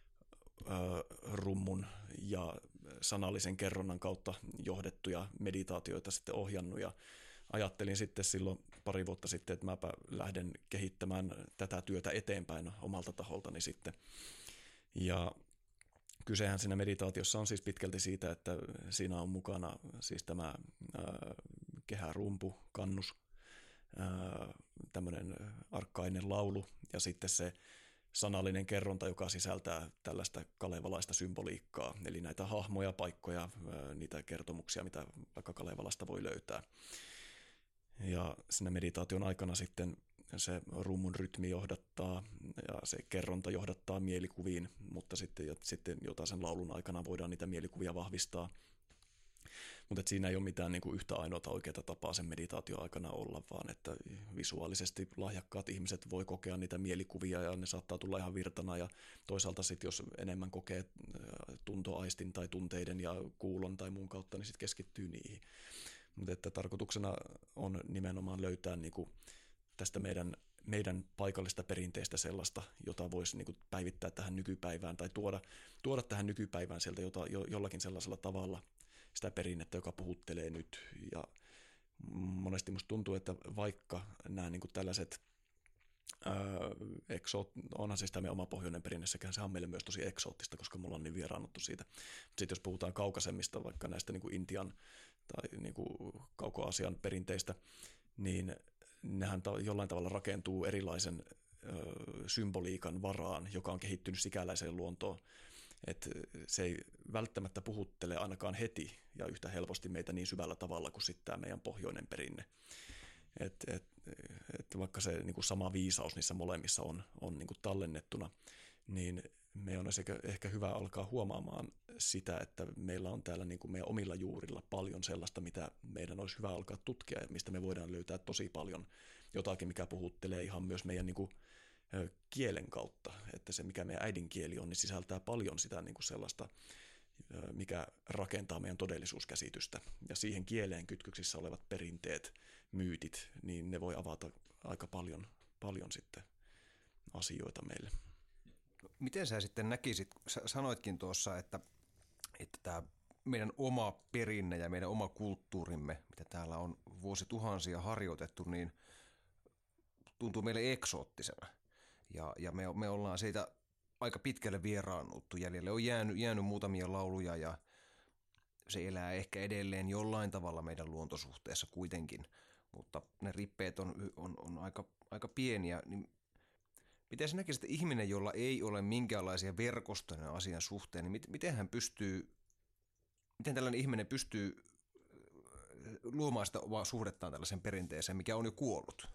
rummun ja sanallisen kerronnan kautta johdettuja meditaatioita sitten ohjannut ja ajattelin sitten silloin 2 vuotta sitten, että mäpä lähden kehittämään tätä työtä eteenpäin omalta taholtani sitten. Ja kysehän siinä meditaatiossa on siis pitkälti siitä, että siinä on mukana siis tämä kehärumpu, kannus, tämmöinen arkkainen laulu ja sitten se sanallinen kerronta, joka sisältää tällaista kalevalaista symboliikkaa, eli näitä hahmoja, paikkoja, niitä kertomuksia, mitä vaikka Kalevalasta voi löytää. Ja siinä meditaation aikana sitten se rummun rytmi johdattaa ja se kerronta johdattaa mielikuviin, mutta sitten jotain laulun aikana voidaan niitä mielikuvia vahvistaa. Mutta siinä ei ole mitään niin kuin yhtä ainoata oikeaa tapaa sen meditaation aikana olla, vaan että visuaalisesti lahjakkaat ihmiset voi kokea niitä mielikuvia ja ne saattaa tulla ihan virtana ja toisaalta sitten jos enemmän kokee tuntoaistin tai tunteiden ja kuulon tai muun kautta, niin sitten keskittyy niihin. Mutta että tarkoituksena on nimenomaan löytää niin kuin tästä meidän paikallista perinteistä sellaista, jota voisi niin kuin päivittää tähän nykypäivään tai tuoda tähän nykypäivään sieltä jollakin sellaisella tavalla sitä perinnettä, joka puhuttelee nyt. Ja monesti musta tuntuu, että vaikka nämä niin kuin tällaiset onhan siis tämä meidän oma pohjoinen perinne, sehän on meille myös tosi eksoottista, koska me ollaan niin vieraannuttu siitä. Sitten jos puhutaan kaukaisemmista, vaikka näistä niin kuin Intian tai niin kuin Kauko-Aasian perinteistä, niin nehän jollain tavalla rakentuu erilaisen symboliikan varaan, joka on kehittynyt sikäläiseen luontoon. Että se ei välttämättä puhuttele ainakaan heti ja yhtä helposti meitä niin syvällä tavalla kuin sitten tämä meidän pohjoinen perinne. Et vaikka se niin kuin sama viisaus niissä molemmissa on niin kuin tallennettuna, niin meidän on ehkä hyvä alkaa huomaamaan sitä, että meillä on täällä niin kuin meidän omilla juurilla paljon sellaista, mitä meidän olisi hyvä alkaa tutkia ja mistä me voidaan löytää tosi paljon jotakin, mikä puhuttelee ihan myös meidän niin kuin kielen kautta, että se mikä meidän äidinkieli on, niin sisältää paljon sitä niin kuin sellaista, mikä rakentaa meidän todellisuuskäsitystä. Ja siihen kieleen kytköksissä olevat perinteet, myytit, niin ne voi avata aika paljon paljon sitten asioita meille. Miten sä sitten näkisit, sä sanoitkin tuossa, että tämä meidän oma perinne ja meidän oma kulttuurimme, mitä täällä on vuosituhansia harjoitettu, niin tuntuu meille eksoottisena. Ja me ollaan siitä aika pitkälle vieraannuttu. Jäljelle on jäänyt muutamia lauluja ja se elää ehkä edelleen jollain tavalla meidän luontosuhteessa kuitenkin. Mutta ne rippeet on aika pieniä. Niin miten sä näkisit, että ihminen, jolla ei ole minkäänlaisia verkostoja asian suhteen, niin miten tällainen ihminen pystyy luomaan sitä omaa suhdettaan tällaisen perinteeseen, mikä on jo kuollut?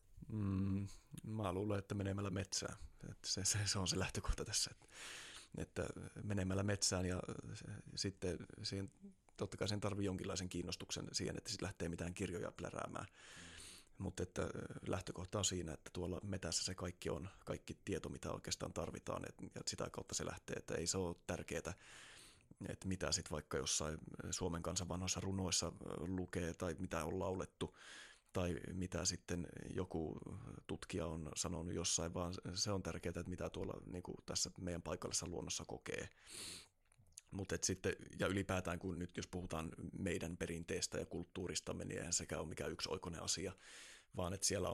Mä luulen, että menemällä metsään. Että se on se lähtökohta tässä. Että menemällä metsään ja sitten siihen, totta kai sen tarvii jonkinlaisen kiinnostuksen siihen, että sitten lähtee mitään kirjoja pläräämään. Mutta että lähtökohta on siinä, että tuolla metässä se kaikki on, kaikki tieto, mitä oikeastaan tarvitaan, ja sitä kautta se lähtee, että ei se ole tärkeää, että mitä sitten vaikka jossain Suomen kansan vanhoissa runoissa lukee tai mitä on laulettu tai mitä sitten joku tutkija on sanonut jossain, vaan se on tärkeää, että mitä tuolla niin kuin tässä meidän paikallisessa luonnossa kokee. Mutta sitten, ja ylipäätään kun nyt jos puhutaan meidän perinteestä ja kulttuuristamme, niin eihän sekään ole mikään yksioikoinen asia, vaan että siellä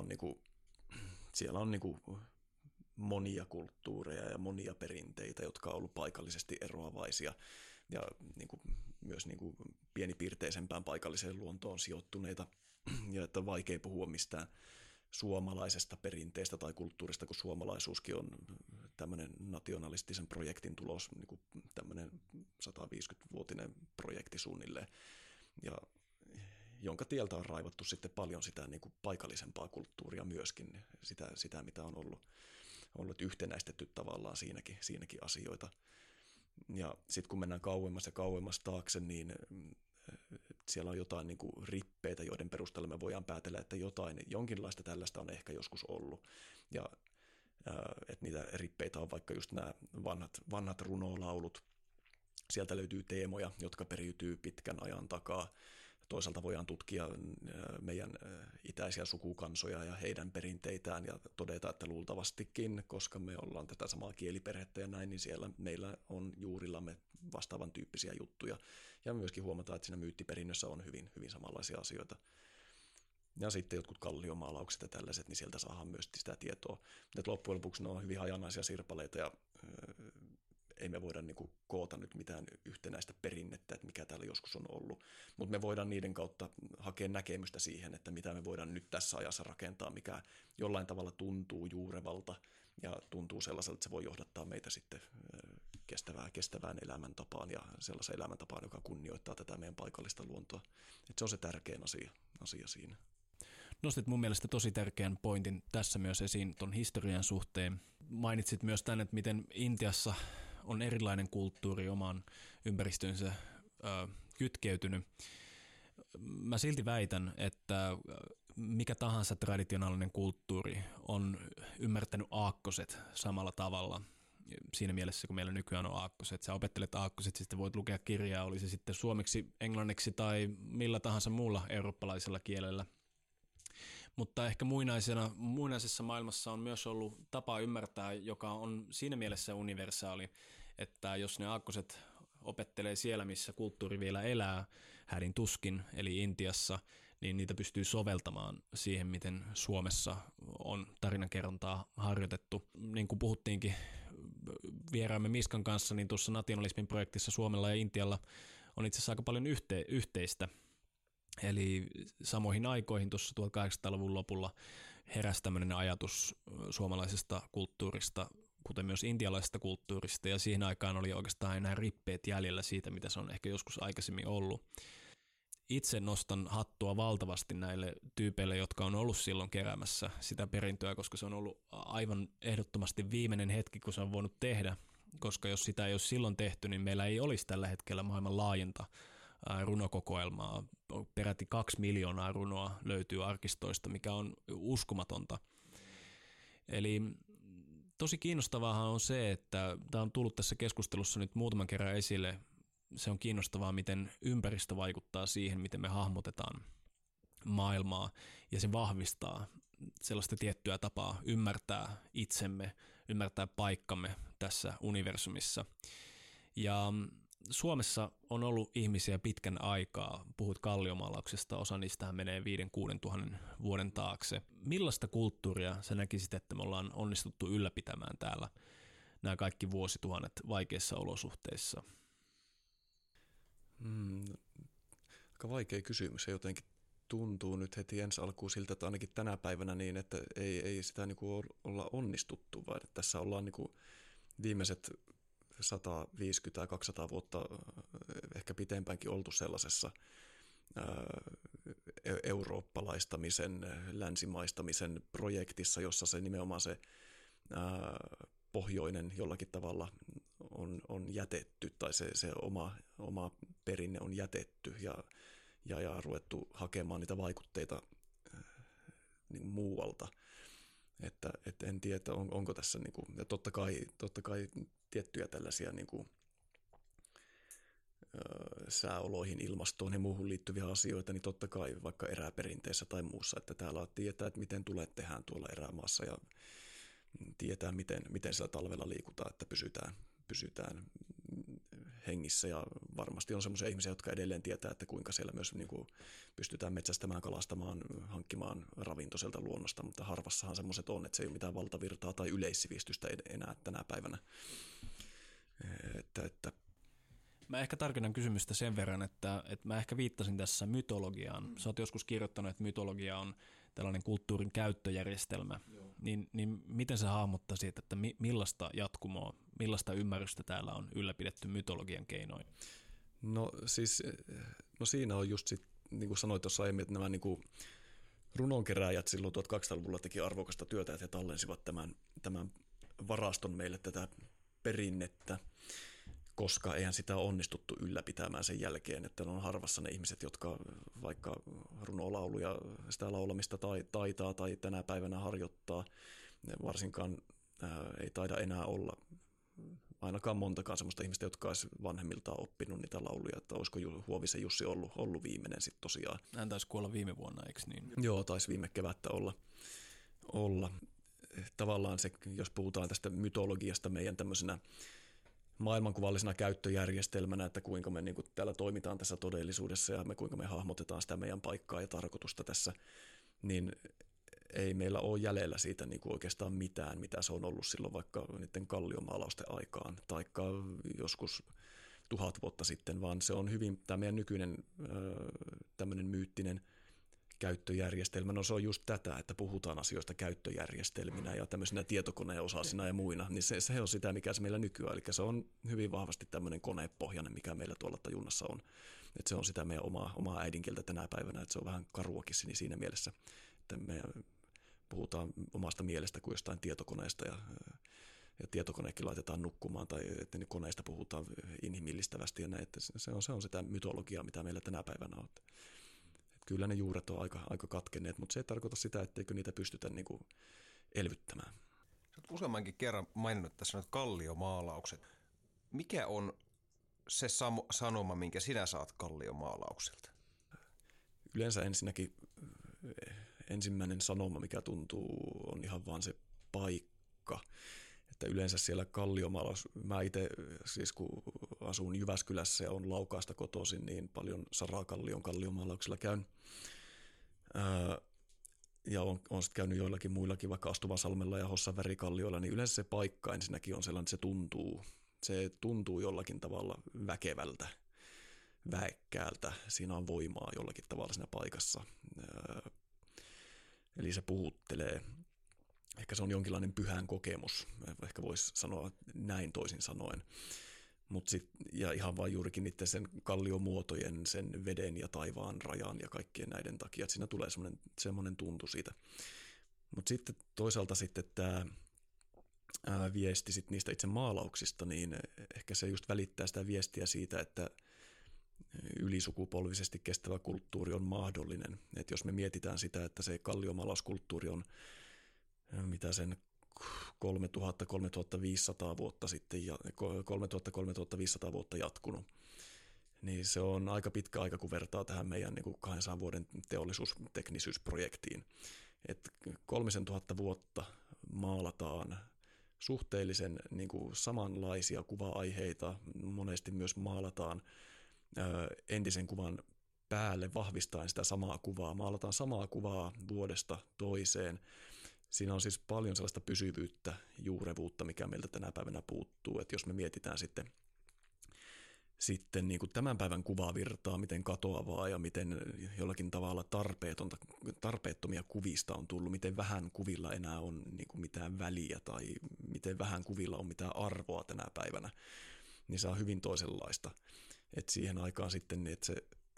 on niinku monia kulttuureja ja monia perinteitä, jotka on ollut paikallisesti eroavaisia ja myös pienipiirteisempään paikalliseen luontoon sijoittuneita, ja että on vaikea puhua mistään suomalaisesta perinteestä tai kulttuurista, kun suomalaisuuskin on tämmöinen nationalistisen projektin tulos, niin kuin tämmöinen 150-vuotinen projekti suunnilleen, ja jonka tieltä on raivattu sitten paljon sitä niin kuin paikallisempaa kulttuuria myöskin, sitä mitä on ollut yhtenäistetty tavallaan siinäkin asioita. Ja sitten kun mennään kauemmas ja kauemmas taakse, niin siellä on jotain niin kuin rippeitä, joiden perusteella me voidaan päätellä, että jonkinlaista tällaista on ehkä joskus ollut. Ja että niitä rippeitä on vaikka just nämä vanhat runolaulut. Sieltä löytyy teemoja, jotka periytyy pitkän ajan takaa. Toisaalta voidaan tutkia meidän itäisiä sukukansoja ja heidän perinteitään ja todeta, että luultavastikin, koska me ollaan tätä samaa kieliperhettä ja näin, niin siellä meillä on juurillamme vastaavan tyyppisiä juttuja. Ja myöskin huomataan, että siinä myyttiperinnössä on hyvin, hyvin samanlaisia asioita. Ja sitten jotkut kalliomaalaukset ja tällaiset, niin sieltä saadaan myös sitä tietoa. Mutta loppujen lopuksi ne on hyvin hajanaisia sirpaleita ja ei me voida niinku koota nyt mitään yhtenäistä perinnettä, että mikä täällä joskus on ollut. Mutta me voidaan niiden kautta hakea näkemystä siihen, että mitä me voidaan nyt tässä ajassa rakentaa, mikä jollain tavalla tuntuu juurevalta ja tuntuu sellaiselta, että se voi johdattaa meitä sitten kestävään elämäntapaan ja sellaisen elämäntapaan, joka kunnioittaa tätä meidän paikallista luontoa. Et se on se tärkein asia siinä. Nostit mun mielestä tosi tärkeän pointin tässä myös esiin ton historian suhteen. Mainitsit myös tämän, että miten Intiassa on erilainen kulttuuri omaan ympäristönsä kytkeytynyt. Mä silti väitän, että mikä tahansa traditionaalinen kulttuuri on ymmärtänyt aakkoset samalla tavalla. Siinä mielessä, kun meillä nykyään on aakkoset. Sä opettelet aakkoset, sitten voit lukea kirjaa, oli se sitten suomeksi, englanniksi tai millä tahansa muulla eurooppalaisella kielellä. Mutta ehkä muinaisessa maailmassa on myös ollut tapa ymmärtää, joka on siinä mielessä universaali, että jos ne aakkoset opettelee siellä, missä kulttuuri vielä elää, hädin tuskin, eli Intiassa, niin niitä pystyy soveltamaan siihen, miten Suomessa on tarinankerrontaa harjoitettu. Niin kuin puhuttiinkin vieraamme Miskan kanssa, niin tuossa nationalismin projektissa Suomella ja Intialla on itse asiassa aika paljon yhteistä. Eli samoihin aikoihin tuossa 1800-luvun lopulla heräsi tämmöinen ajatus suomalaisesta kulttuurista, kuten myös intialaisesta kulttuurista, ja siihen aikaan oli oikeastaan enää rippeet jäljellä siitä, mitä se on ehkä joskus aikaisemmin ollut. Itse nostan hattua valtavasti näille tyypeille, jotka on ollut silloin keräämässä sitä perintöä, koska se on ollut aivan ehdottomasti viimeinen hetki, kun se on voinut tehdä, koska jos sitä ei olisi silloin tehty, niin meillä ei olisi tällä hetkellä maailman laajinta runokokoelmaa. Peräti 2 miljoonaa runoa löytyy arkistoista, mikä on uskomatonta. Eli tosi kiinnostavaahan on se, että tämä on tullut tässä keskustelussa nyt muutaman kerran esille. Se on kiinnostavaa, miten ympäristö vaikuttaa siihen, miten me hahmotetaan maailmaa, ja se vahvistaa sellaista tiettyä tapaa ymmärtää itsemme, ymmärtää paikkamme tässä universumissa. Ja Suomessa on ollut ihmisiä pitkän aikaa, puhut kalliomaalauksesta, osa niistähän menee 5-6 tuhannen vuoden taakse. Millaista kulttuuria sä näkisit, että me ollaan onnistuttu ylläpitämään täällä nämä kaikki vuosituhannet vaikeissa olosuhteissa? Aika vaikea kysymys. Se jotenkin tuntuu nyt heti ensi alkuun siltä, että ainakin tänä päivänä niin, että ei sitä niin kuin olla onnistuttu, vaan että tässä ollaan niin kuin viimeiset 150-200 vuotta ehkä pitempäänkin oltu sellaisessa eurooppalaistamisen, länsimaistamisen projektissa, jossa se nimenomaan se pohjoinen jollakin tavalla on jätetty tai se oma perinne on jätetty ja ruvettu hakemaan niitä vaikutteita niin muualta. Että en tiedä, onko tässä niin kuin, ja totta kai tiettyjä tällaisia niin kuin, sääoloihin, ilmastoon ja muuhun liittyviä asioita, niin totta kai vaikka eräperinteessä tai muussa, että täällä tietää, että miten tulet tehdään tuolla erämaassa ja tietää, miten siellä talvella liikutaan, että pysytään hengissä ja varmasti on sellaisia ihmisiä, jotka edelleen tietää, että kuinka siellä myös niin kuin pystytään metsästämään, kalastamaan, hankkimaan ravinto sieltä luonnosta, mutta harvassahan semmoiset on, että se ei ole mitään valtavirtaa tai yleissivistystä enää tänä päivänä. Että Mä ehkä tarkennan kysymystä sen verran, että mä ehkä viittasin tässä mytologiaan. Sä oot joskus kirjoittanut, että mytologia on tällainen kulttuurin käyttöjärjestelmä. Niin miten sä hahmottaisit, että millaista jatkumoa, millaista ymmärrystä täällä on ylläpidetty mytologian keinoin? No siis, siinä on just sit, niin kuin sanoit tuossa aiemmin, että nämä niin kuin runonkerääjät silloin 1200-luvulla teki arvokasta työtä, että he tallensivat tämän varaston meille tätä perinnettä, koska eihän sitä ole onnistuttu ylläpitämään sen jälkeen, että on harvassa ne ihmiset, jotka vaikka runolauluja, sitä laulamista taitaa tai tänä päivänä harjoittaa, varsinkaan ei taida enää olla ainakaan montakaan sellaista ihmistä, jotka olisi vanhemmiltaan oppinut niitä lauluja, että olisiko Huovisen Jussi ollut viimeinen sitten tosiaan. Hän taisi kuolla viime vuonna, eikö niin? Joo, taisi viime kevättä olla. Tavallaan se, jos puhutaan tästä mytologiasta meidän tämmöisenä maailmankuvallisena käyttöjärjestelmänä, että kuinka me niin kuin täällä toimitaan tässä todellisuudessa ja kuinka me hahmotetaan sitä meidän paikkaa ja tarkoitusta tässä, niin ei meillä ole jäljellä siitä niin kuin oikeastaan mitään, mitä se on ollut silloin vaikka niiden kalliomaalausten aikaan, taikka joskus 1000 vuotta sitten, vaan se on hyvin tämä meidän nykyinen tämmöinen myyttinen käyttöjärjestelmä. No se on just tätä, että puhutaan asioista käyttöjärjestelminä ja tämmöisinä tietokoneen osasina ja muina, niin se on sitä, mikä se meillä nykyään, eli se on hyvin vahvasti tämmöinen konepohjainen, mikä meillä tuolla tajunnassa on. Että se on sitä meidän omaa äidinkieltä tänä päivänä, että se on vähän karuakin siinä mielessä, että me puhutaan omasta mielestä kuin jostain tietokoneesta ja tietokoneekin laitetaan nukkumaan tai että koneista puhutaan inhimillistävästi ja näin, että se on sitä mytologiaa, mitä meillä tänä päivänä on. Kyllä ne juuret on aika katkenneet, mutta se ei tarkoita sitä, etteikö niitä pystytä niin kuin elvyttämään. Sä oot useammankin kerran maininnut tässä nyt kalliomaalaukset. Mikä on se sanoma, minkä sinä saat kalliomaalauksilta? Yleensä ensinnäkin ensimmäinen sanoma, mikä tuntuu, on ihan vaan se paikka. Että yleensä siellä kalliomaalaus, mä itse siis kun asun Jyväskylässä ja on Laukaasta kotoisin, niin paljon Sarakallion kalliomaalauksilla käyn. Ja on sitten käynyt joillakin muillakin, vaikka Astuvasalmella ja Hossan värikallioilla, niin yleensä se paikka ensinnäkin on sellainen, että se tuntuu jollakin tavalla väkevältä, väekkäältä. Siinä on voimaa jollakin tavalla siinä paikassa. Eli se puhuttelee. Ehkä se on jonkinlainen pyhän kokemus, ehkä voisi sanoa näin toisin sanoen. Ja ihan vain juurikin niiden sen kalliomuotojen, sen veden ja taivaan rajan ja kaikkien näiden takia, että siinä tulee semmoinen tuntu siitä. Mutta sitten toisaalta sitten tämä viesti sit niistä itse maalauksista, niin ehkä se just välittää sitä viestiä siitä, että ylisukupolvisesti kestävä kulttuuri on mahdollinen. Et jos me mietitään sitä, että se kalliomaalauskulttuuri on mitä sen 3000-3500 vuotta sitten ja 3000-3500 vuotta jatkunut, niin se on aika pitkä aika, kun vertaa tähän meidän niin kuin 200 vuoden teollisuusteknisyysprojektiin. että 3000 vuotta maalataan suhteellisen niin kuin samanlaisia kuva-aiheita, monesti myös maalataan entisen kuvan päälle vahvistaen sitä samaa kuvaa. Maalataan samaa kuvaa vuodesta toiseen. Siinä on siis paljon sellaista pysyvyyttä, juurevuutta, mikä meiltä tänä päivänä puuttuu. Että jos me mietitään sitten niin kuin tämän päivän kuvavirtaa, miten katoavaa ja miten jollakin tavalla tarpeettomia kuvista on tullut, miten vähän kuvilla enää on niin kuin mitään väliä tai miten vähän kuvilla on mitään arvoa tänä päivänä, niin se on hyvin toisenlaista. Että siihen aikaan sitten, että se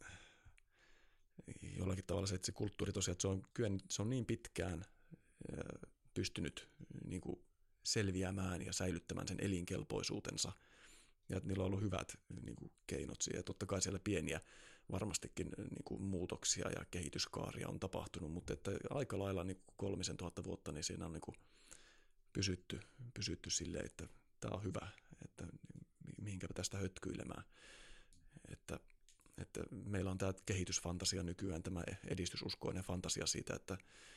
jollakin tavalla se, että se kulttuuri tosiaan, että se on niin pitkään pystynyt niin kuin selviämään ja säilyttämään sen elinkelpoisuutensa, ja että niillä on ollut hyvät niin kuin keinot siihen. Totta kai siellä pieniä varmastikin niin kuin muutoksia ja kehityskaaria on tapahtunut, mutta että aika lailla niin 3000 vuotta, niin siinä on niin kuin pysytty silleen, että tämä on hyvä, että mihinkä tästä hötkyilemään. Että meillä on tämä kehitysfantasia nykyään, tämä edistysuskoinen fantasia siitä, että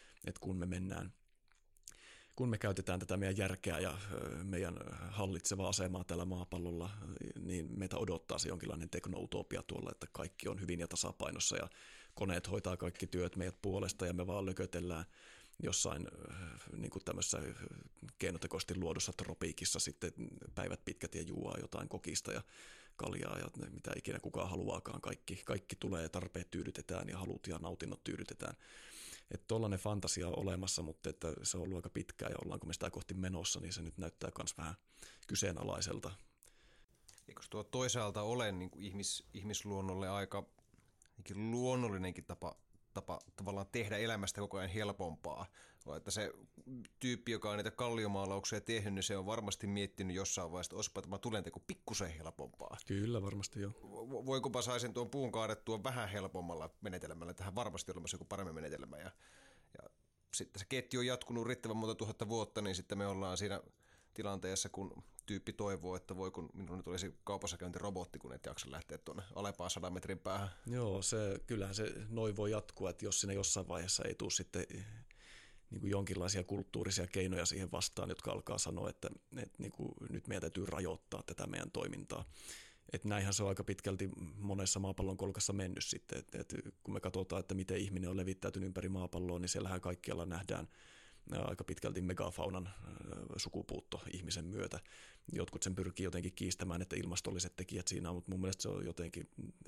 kun me käytetään tätä meidän järkeä ja meidän hallitsevaa asemaa tällä maapallolla, niin meitä odottaa se jonkinlainen teknoutopia tuolla, että kaikki on hyvin ja tasapainossa ja koneet hoitaa kaikki työt meidät puolesta ja me vaan lökötellään jossain niin kuin tämmöisessä keinotekoisesti luodussa tropiikissa sitten päivät pitkät ja juo jotain kokista ja kaljaa ja mitä ikinä kukaan haluaakaan. Kaikki tulee, tarpeet tyydytetään ja halut ja nautinnot tyydytetään. Että tollainen fantasia on olemassa, mutta että se on ollut aika pitkään ja ollaanko me sitä kohti menossa, niin se nyt näyttää myös vähän kyseenalaiselta. Eikö tuo toisaalta ole niin kuin ihmisluonnolle aika luonnollinenkin tapa tavallaan tehdä elämästä koko ajan helpompaa? Että se tyyppi, joka on niitä kalliomaalauksia tehnyt, niin se on varmasti miettinyt jossain vaiheessa, että olisipa tämä tulenteko pikkusen helpompaa. Kyllä, varmasti joo. Voinkopa saisin tuon puun kaadettua vähän helpommalla menetelmällä, tähän varmasti olemassa joku paremmin menetelmä. Ja sitten se ketju on jatkunut riittävän monta tuhatta vuotta, niin sitten me ollaan siinä tilanteessa, kun tyyppi toivoo, että voi kun minun nyt olisi kaupassa käyntirobotti, kun et jaksa lähteä tuonne alempaan 100 metrin päähän. Joo, kyllähän se noin voi jatkua, että jos siinä jossain vaiheessa ei tule sitten niin kuin jonkinlaisia kulttuurisia keinoja siihen vastaan, jotka alkaa sanoa, että niin kuin nyt meidän täytyy rajoittaa tätä meidän toimintaa. Että näinhän se on aika pitkälti monessa maapallon kolkassa mennyt sitten, että kun me katsotaan, että miten ihminen on levittäytynyt ympäri maapalloa, niin siellähän kaikkialla nähdään aika pitkälti megafaunan sukupuutto ihmisen myötä. Jotkut sen pyrkii jotenkin kiistämään, että ilmastolliset tekijät siinä on, mutta mun mielestä se on jotenkin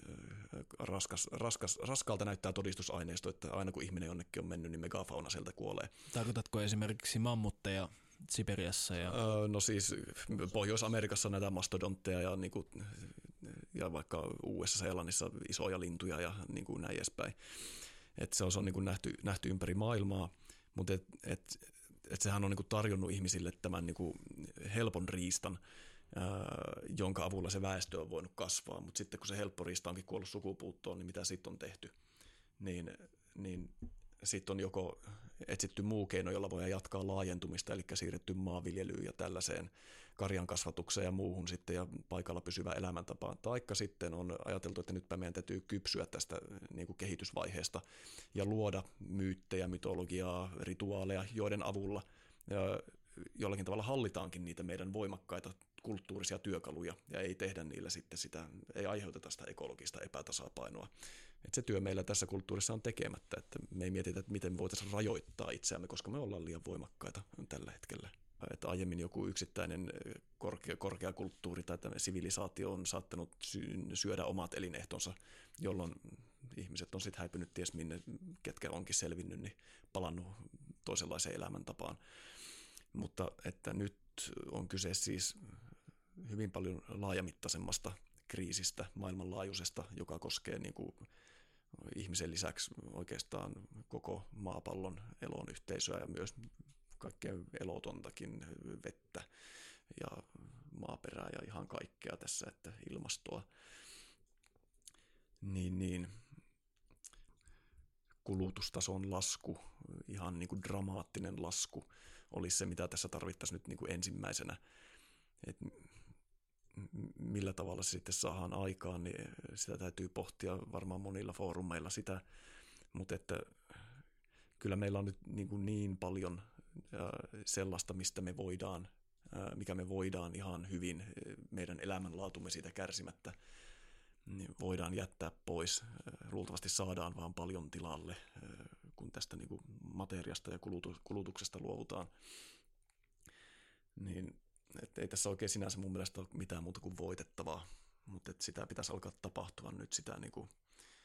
raskaalta näyttää todistusaineisto, että aina kun ihminen jonnekin on mennyt, niin megafauna sieltä kuolee. Tarkoitatko esimerkiksi mammutteja Siperiassa? No siis Pohjois-Amerikassa näitä mastodontteja ja vaikka Uudessa-Seelannissa isoja lintuja ja niin kuin näin edespäin. Että se on niin kuin nähty ympäri maailmaa. Mutta sehän on niinku tarjonnut ihmisille tämän niinku helpon riistan, jonka avulla se väestö on voinut kasvaa. Mutta sitten kun se helppo riista onkin kuollut sukupuuttoon, niin mitä sitten on tehty? Niin sitten on joko etsitty muu keino, jolla voidaan jatkaa laajentumista, eli siirretty maanviljelyyn ja tällaiseen karjan kasvatukseen ja muuhun sitten ja paikalla pysyvä elämäntapaan. Taikka sitten on ajateltu, että nytpä meidän täytyy kypsyä tästä niin kuin kehitysvaiheesta ja luoda myyttejä, mytologiaa, rituaaleja, joiden avulla jollakin tavalla hallitaankin niitä meidän voimakkaita kulttuurisia työkaluja ja ei tehdä niillä sitten ei aiheuteta sitä ekologista epätasapainoa. Et se työ meillä tässä kulttuurissa on tekemättä, että me ei mietitä, että miten me voitaisiin rajoittaa itseämme, koska me ollaan liian voimakkaita tällä hetkellä. Että aiemmin joku yksittäinen korkeakulttuuri tai sivilisaatio on saattanut syödä omat elinehtonsa, jolloin ihmiset on sitten häipynyt ties minne, ketkä onkin selvinnyt, niin palannut toisenlaiseen elämäntapaan. Mutta että nyt on kyse siis hyvin paljon laajamittaisemmasta kriisistä, maailmanlaajuisesta, joka koskee niin kuin ihmisen lisäksi oikeastaan koko maapallon elon yhteisöä ja myös kaikkea elotontakin, vettä ja maaperää ja ihan kaikkea tässä, että ilmastoa. Niin kulutustason lasku, ihan niin kuin dramaattinen lasku olisi se, mitä tässä tarvittaisiin nyt niin kuin ensimmäisenä. Et millä tavalla se sitten saadaan aikaan, niin sitä täytyy pohtia varmaan monilla foorumeilla sitä, mutta että kyllä meillä on nyt niin paljon sellaista, mistä me voidaan, mikä me voidaan ihan hyvin meidän elämänlaatumme siitä kärsimättä, niin voidaan jättää pois. Luultavasti saadaan vaan paljon tilalle, kun tästä niin kuin materiasta ja kulutuksesta luovutaan. Niin, ei tässä oikein sinänsä mun mielestä ole mitään muuta kuin voitettavaa, mutta sitä pitäisi alkaa tapahtua nyt sitä niin kuin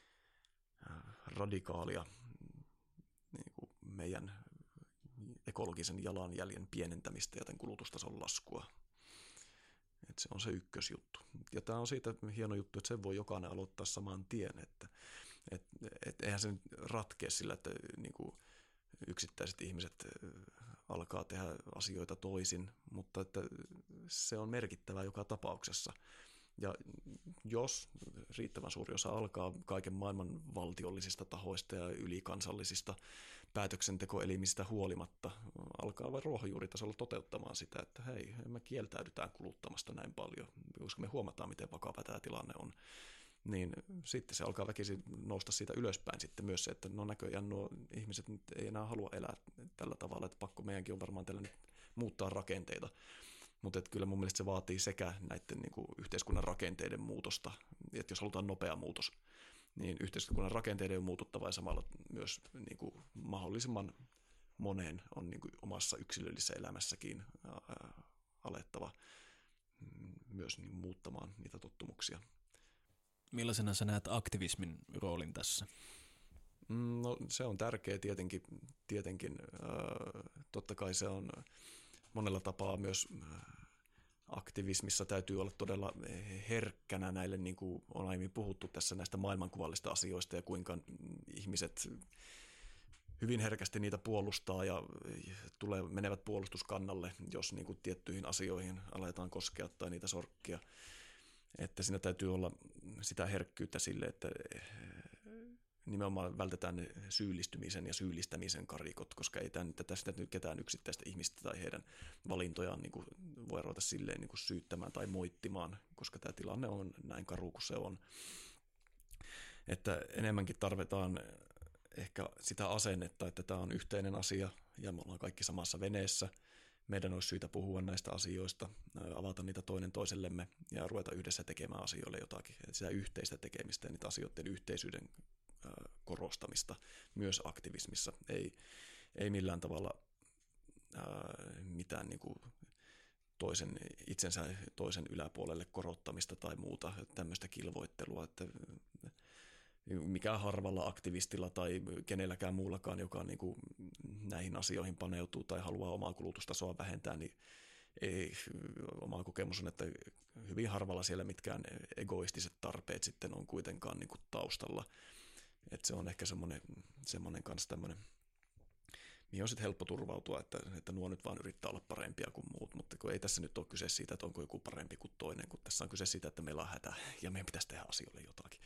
radikaalia niin kuin meidän ekologisen jalanjäljen pienentämistä ja tämän kulutustason laskua. Et se on se ykkösjuttu. Ja tämä on siitä hieno juttu, että sen voi jokainen aloittaa saman tien. Että eihän se nyt ratkea sillä, että niin kuin yksittäiset ihmiset alkaa tehdä asioita toisin, mutta että se on merkittävää joka tapauksessa. Ja jos riittävän suuri osa alkaa kaiken maailman valtiollisista tahoista ja ylikansallisista päätöksentekoelimistä huolimatta, alkaa vain ruohonjuuritasolla toteuttamaan sitä, että hei, me kieltäydytään kuluttamasta näin paljon, koska me huomataan, miten vakava tämä tilanne on, niin sitten se alkaa väkisin nousta siitä ylöspäin sitten myös se, että no näköjään nuo ihmiset nyt ei enää halua elää tällä tavalla, että pakko meidänkin on varmaan tällä nyt muuttaa rakenteita. Mutta kyllä mun mielestä se vaatii sekä näiden niin kuin yhteiskunnan rakenteiden muutosta, että jos halutaan nopea muutos, niin yhteiskunnan rakenteiden on muututtava ja samalla myös niin kuin mahdollisimman moneen on niin kuin omassa yksilöllisessä elämässäkin alettava myös niin muuttamaan niitä tottumuksia. Millaisena sä näet aktivismin roolin tässä? No, se on tärkeä tietenkin. Totta kai se on monella tapaa myös aktivismissa täytyy olla todella herkkänä näille, niin kuin on aiemmin puhuttu tässä näistä maailmankuvallista asioista ja kuinka ihmiset hyvin herkästi niitä puolustaa ja menevät puolustuskannalle, jos niin kuin tiettyihin asioihin aletaan koskea tai niitä sorkkia. Että siinä täytyy olla sitä herkkyyttä sille, että nimenomaan vältetään ne syyllistymisen ja syyllistämisen karikot, koska ei tästä nyt ketään yksittäistä ihmistä tai heidän valintojaan niin kuin voi ruveta silleen niin kuin syyttämään tai moittimaan, koska tämä tilanne on näin karu kuin se on. Että enemmänkin tarvitaan ehkä sitä asennetta, että tämä on yhteinen asia ja me ollaan kaikki samassa veneessä. Meidän olisi syytä puhua näistä asioista, avata niitä toinen toisellemme ja ruveta yhdessä tekemään asioille jotakin. Että sitä yhteistä tekemistä ja niitä asioiden yhteisyyden korostamista myös aktivismissa. Ei millään tavalla mitään niin kuin itsensä toisen yläpuolelle korottamista tai muuta tämmöistä kilvoittelua, että mikä harvalla aktivistilla tai kenelläkään muullakaan, joka niin kuin näihin asioihin paneutuu tai haluaa omaa kulutustasoa vähentää, niin ei, oma kokemus on, että hyvin harvalla siellä mitkään egoistiset tarpeet sitten on kuitenkaan niin kuin taustalla. Että se on ehkä semmoinen kanssa tämmöinen, mihin on sitten helppo turvautua, että nuo nyt vaan yrittää olla parempia kuin muut, mutta kun ei tässä nyt ole kyse siitä, että onko joku parempi kuin toinen, kun tässä on kyse siitä, että meillä on hätä ja meidän pitäisi tehdä asioille jotakin.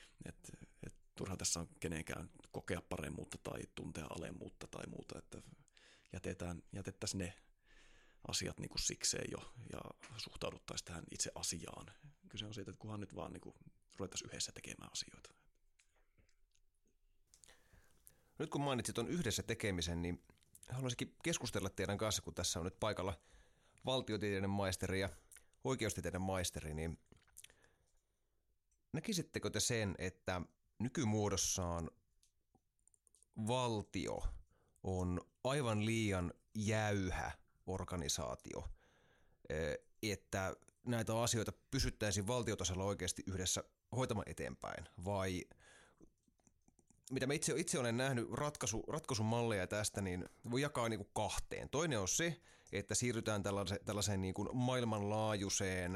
Turha tässä on kenenkään kokea paremmuutta tai tuntea alemmuutta tai muuta, että jätettäisiin ne asiat niin kuin sikseen jo ja suhtauduttaisiin tähän itse asiaan. Kyse on siitä, että kunhan nyt vaan niin kuin ruvettaisiin yhdessä tekemään asioita. Nyt kun mainitsit on yhdessä tekemisen, niin haluaisinkin keskustella teidän kanssa, kun tässä on nyt paikalla valtiotieteiden maisteri ja oikeustieteiden maisteri, niin näkisittekö te sen, että nykymuodossaan valtio on aivan liian jäyhä organisaatio, että näitä asioita pysyttäisiin valtiotasolla oikeasti yhdessä hoitamaan eteenpäin, vai mitä mä itse olen nähnyt ratkaisumalleja tästä, niin voi jakaa niin kuin kahteen. Toinen on se, että siirrytään tällaiseen niin kuin maailmanlaajuiseen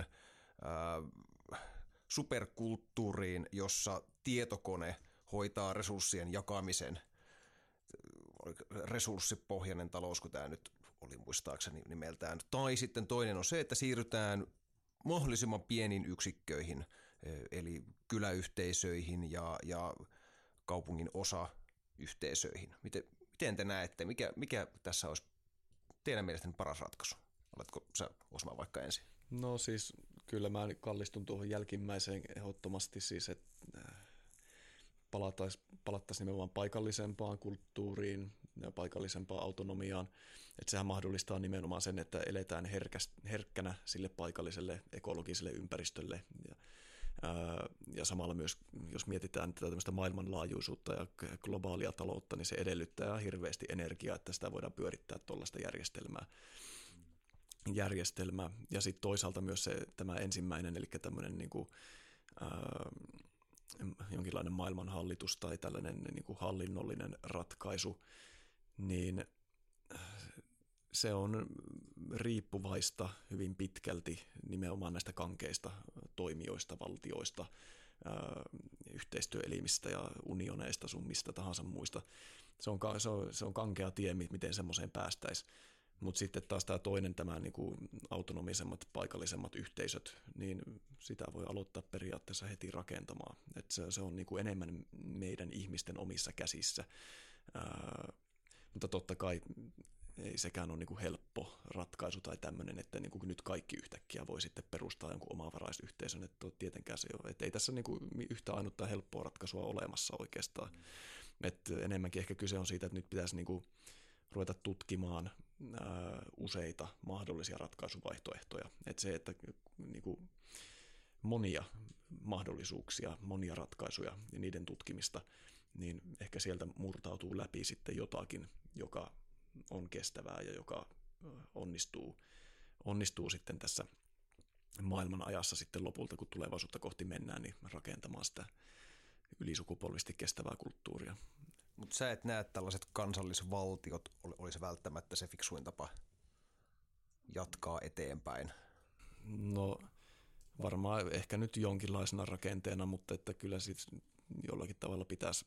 superkulttuuriin, jossa tietokone hoitaa resurssien jakamisen, resurssipohjainen talous, kun tämä nyt oli muistaakseni nimeltään. Tai sitten toinen on se, että siirrytään mahdollisimman pieniin yksikköihin, eli kyläyhteisöihin ja kaupungin osayhteisöihin. Miten te näette, mikä tässä olisi teidän mielestäni paras ratkaisu? Oletko sä Osma vaikka ensin? No siis kyllä mä kallistun tuohon jälkimmäiseen ehdottomasti siis, että palattaisiin nimenomaan paikallisempaan kulttuuriin ja paikallisempaan autonomiaan. Että sehän mahdollistaa nimenomaan sen, että eletään herkkänä sille paikalliselle ekologiselle ympäristölle. Ja samalla myös, jos mietitään tätä tämmöistä maailmanlaajuisuutta ja globaalia taloutta, niin se edellyttää hirveästi energiaa, että sitä voidaan pyörittää tuollaista järjestelmää. Ja sitten toisaalta myös tämä ensimmäinen, eli tämmöinen niin kuin, jonkinlainen maailmanhallitus tai tällainen niin kuin hallinnollinen ratkaisu, niin se on riippuvaista hyvin pitkälti nimenomaan näistä kankeista toimijoista, valtioista, yhteistyöelimistä ja unioneista, sun mistä tahansa muista. Se on kankea tie, miten semmoiseen päästäisiin. Mutta sitten taas tämä toinen, tämä niinku autonomisemmat, paikallisemmat yhteisöt, niin sitä voi aloittaa periaatteessa heti rakentamaan. Et se on niinku enemmän meidän ihmisten omissa käsissä. Mutta totta kai ei sekään ole niinku helppo ratkaisu tai tämmöinen, että niinku nyt kaikki yhtäkkiä voi sitten perustaa jonkun omavaraisyhteisön. Että tietenkään se ole. Et ei tässä niinku yhtä ainutta helppoa ratkaisua olemassa oikeastaan. Et enemmänkin ehkä kyse on siitä, että nyt pitäisi niinku ruveta tutkimaan useita mahdollisia ratkaisuvaihtoehtoja. Että se, että niinku monia mahdollisuuksia, monia ratkaisuja ja niiden tutkimista, niin ehkä sieltä murtautuu läpi sitten jotakin, joka on kestävää ja joka onnistuu sitten tässä maailman ajassa sitten lopulta, kun tulevaisuutta kohti mennään, niin rakentamaan sitä ylisukupolvisesti kestävää kulttuuria. Mutta sä et näe, että tällaiset kansallisvaltiot olisi välttämättä se fiksuin tapa jatkaa eteenpäin? No varmaan ehkä nyt jonkinlaisena rakenteena, mutta että kyllä sitten jollakin tavalla pitäisi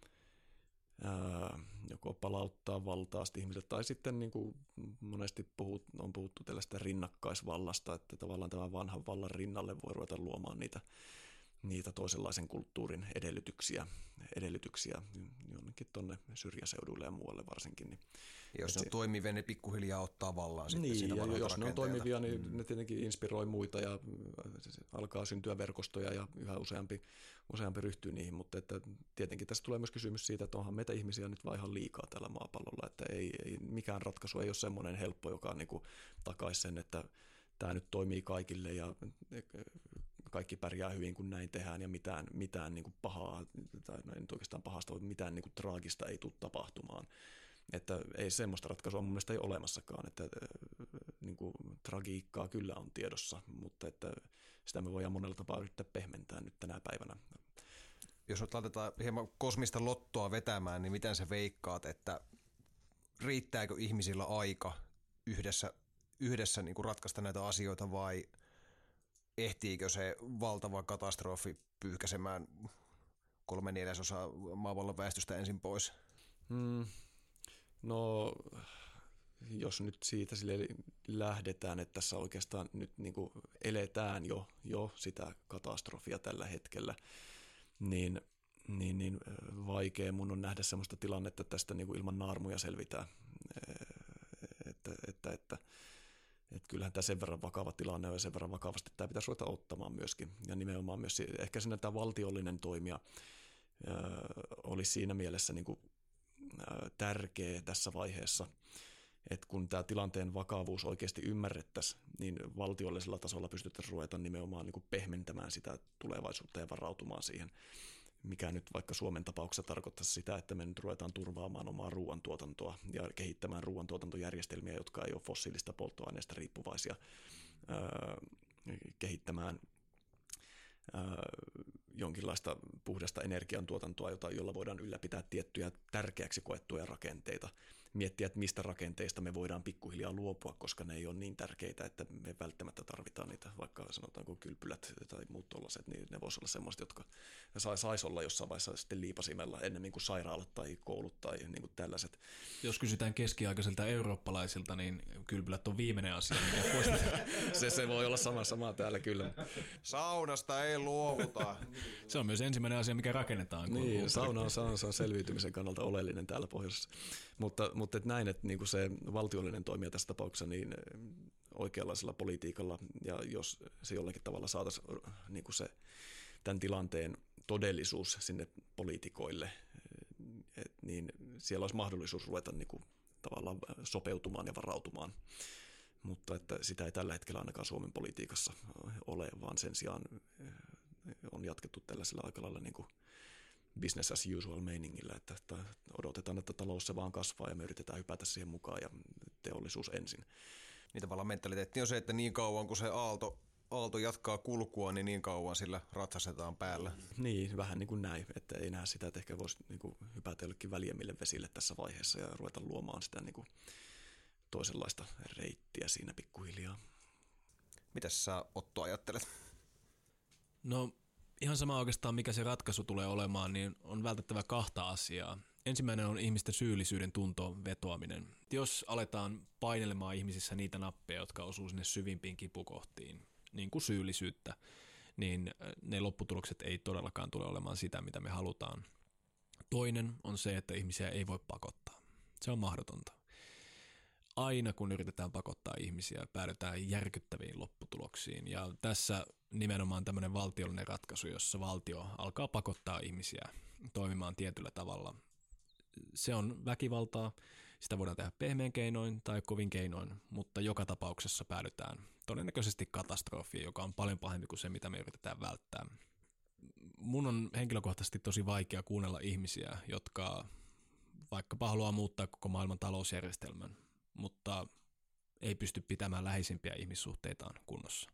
joko palauttaa valtaa ihmisille, tai sitten niin kuin monesti on puhuttu tällaista rinnakkaisvallasta, että tavallaan tämän vanhan vallan rinnalle voi ruveta luomaan niitä toisenlaisen kulttuurin edellytyksiä jonnekin tuonne syrjäseuduille ja muualle varsinkin. Niin, jos ne on toimivia, ne pikkuhiljaa ottaa vallaan sitten niin, siinä ja jos ne on toimivia, niin ne tietenkin inspiroi muita ja alkaa syntyä verkostoja ja yhä useampi ryhtyy niihin, mutta että tietenkin tässä tulee myös kysymys siitä, että onhan meitä ihmisiä nyt vaan ihan liikaa tällä maapallolla, että ei mikään ratkaisu ei ole semmoinen helppo, joka niin kuin takaisi sen, että tämä nyt toimii kaikille ja kaikki pärjää hyvin, kun näin tehdään ja mitään niin kuin pahaa, tai nyt oikeastaan pahasta, mitään niin kuin traagista ei tule tapahtumaan. Että ei semmoista ratkaisua mun mielestä ei olemassakaan, että niin kuin tragiikkaa kyllä on tiedossa, mutta että sitä me voidaan monella tapaa yrittää pehmentää nyt tänä päivänä. Jos nyt laitetaan hieman kosmista lottoa vetämään, niin miten sä veikkaat, että riittääkö ihmisillä aika yhdessä niin kuin ratkaista näitä asioita vai ehtiikö se valtava katastrofi pyyhkäsemään 3/4 maapallon väestöstä ensin pois? No, jos nyt siitä sille lähdetään, että tässä oikeastaan nyt niin kuin eletään jo sitä katastrofia tällä hetkellä, niin vaikea mun on nähdä sellaista tilannetta, että tästä niin kuin ilman naarmuja selvitään. Että kyllähän tämä sen verran vakava tilanne on ja sen verran vakavasti tämä pitäisi ruveta ottamaan myöskin. Ja nimenomaan myös ehkä sinne tämä valtiollinen toimija olisi siinä mielessä niin kuin tärkeä tässä vaiheessa, että kun tämä tilanteen vakavuus oikeasti ymmärrettäisiin, niin valtiollisella tasolla pystyttäisiin ruveta nimenomaan niin kuin pehmentämään sitä tulevaisuutta ja varautumaan siihen, mikä nyt vaikka Suomen tapauksessa tarkoittaisi sitä, että me nyt ruvetaan turvaamaan omaa ruoantuotantoa ja kehittämään ruoantuotantojärjestelmiä, jotka ei ole fossiilista polttoaineista riippuvaisia, kehittämään jonkinlaista puhdasta energiantuotantoa, jolla voidaan ylläpitää tiettyjä tärkeäksi koettuja rakenteita. Miettiä, että mistä rakenteista me voidaan pikkuhiljaa luopua, koska ne ei ole niin tärkeitä, että me välttämättä tarvitaan niitä, vaikka sanotaanko kylpylät tai muut tollaiset, niin ne voisi olla semmoiset, jotka saisi olla jossain vaiheessa sitten liipasimella ennemmin kuin sairaalat tai koulut tai niin kuin tällaiset. Jos kysytään keskiaikaisilta eurooppalaisilta, niin kylpylät on viimeinen asia, mikä poistetaan. se voi olla sama täällä kyllä. Saunasta ei luovuta. Se on myös ensimmäinen asia, mikä rakennetaan. Niin, sauna on selviytymisen kannalta oleellinen täällä pohjoisessa. Mutta et näin, että niinku se valtiollinen toimija tässä tapauksessa niin oikeanlaisella politiikalla, ja jos se jollakin tavalla saataisiin niinku se tämän tilanteen todellisuus sinne poliitikoille, niin siellä olisi mahdollisuus ruveta niin kuin tavallaan sopeutumaan ja varautumaan. Mutta että sitä ei tällä hetkellä ainakaan Suomen politiikassa ole, vaan sen sijaan on jatkettu tällaisella aika lailla niin kuin business as usual meiningillä, että odotetaan, että talous se vaan kasvaa ja me yritetään hypätä siihen mukaan ja teollisuus ensin. Niin tavallaan mentaliteetti on se, että niin kauan kun se aalto jatkaa kulkua, niin kauan sillä ratsastetaan päällä. Niin, vähän niin kuin näin, että ei näe sitä, että ehkä voisi niin kuin hypätä jollekin väljemmille vesille tässä vaiheessa ja ruveta luomaan sitä niin kuin toisenlaista reittiä siinä pikkuhiljaa. Mitäs sä, Otto, ajattelet? No ihan sama oikeastaan, mikä se ratkaisu tulee olemaan, niin on vältettävä kahta asiaa. Ensimmäinen on ihmisten syyllisyyden tuntoon vetoaminen. Jos aletaan painelemaan ihmisissä niitä nappeja, jotka osuu sinne syvimpiin kipukohtiin, niin kuin syyllisyyttä, niin ne lopputulokset ei todellakaan tule olemaan sitä, mitä me halutaan. Toinen on se, että ihmisiä ei voi pakottaa. Se on mahdotonta. Aina kun yritetään pakottaa ihmisiä, päädytään järkyttäviin lopputuloksiin. Ja tässä nimenomaan tämmöinen valtiollinen ratkaisu, jossa valtio alkaa pakottaa ihmisiä toimimaan tietyllä tavalla. Se on väkivaltaa, sitä voidaan tehdä pehmeän keinoin tai kovin keinoin, mutta joka tapauksessa päädytään todennäköisesti katastrofiin, joka on paljon pahempi kuin se, mitä me yritetään välttää. Mun on henkilökohtaisesti tosi vaikea kuunnella ihmisiä, jotka vaikkapa haluaa muuttaa koko maailman talousjärjestelmän, mutta ei pysty pitämään läheisimpiä ihmissuhteitaan kunnossa.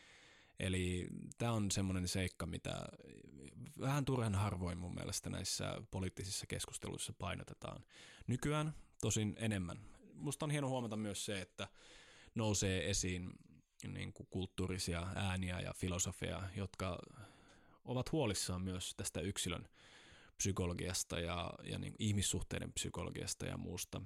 Eli tämä on semmoinen seikka, mitä vähän turhan harvoin mun mielestä näissä poliittisissa keskusteluissa painotetaan. Nykyään tosin enemmän. Musta on hieno huomata myös se, että nousee esiin niin kuin kulttuurisia ääniä ja filosofeja, jotka ovat huolissaan myös tästä yksilön psykologiasta ja niin ihmissuhteiden psykologiasta ja muusta.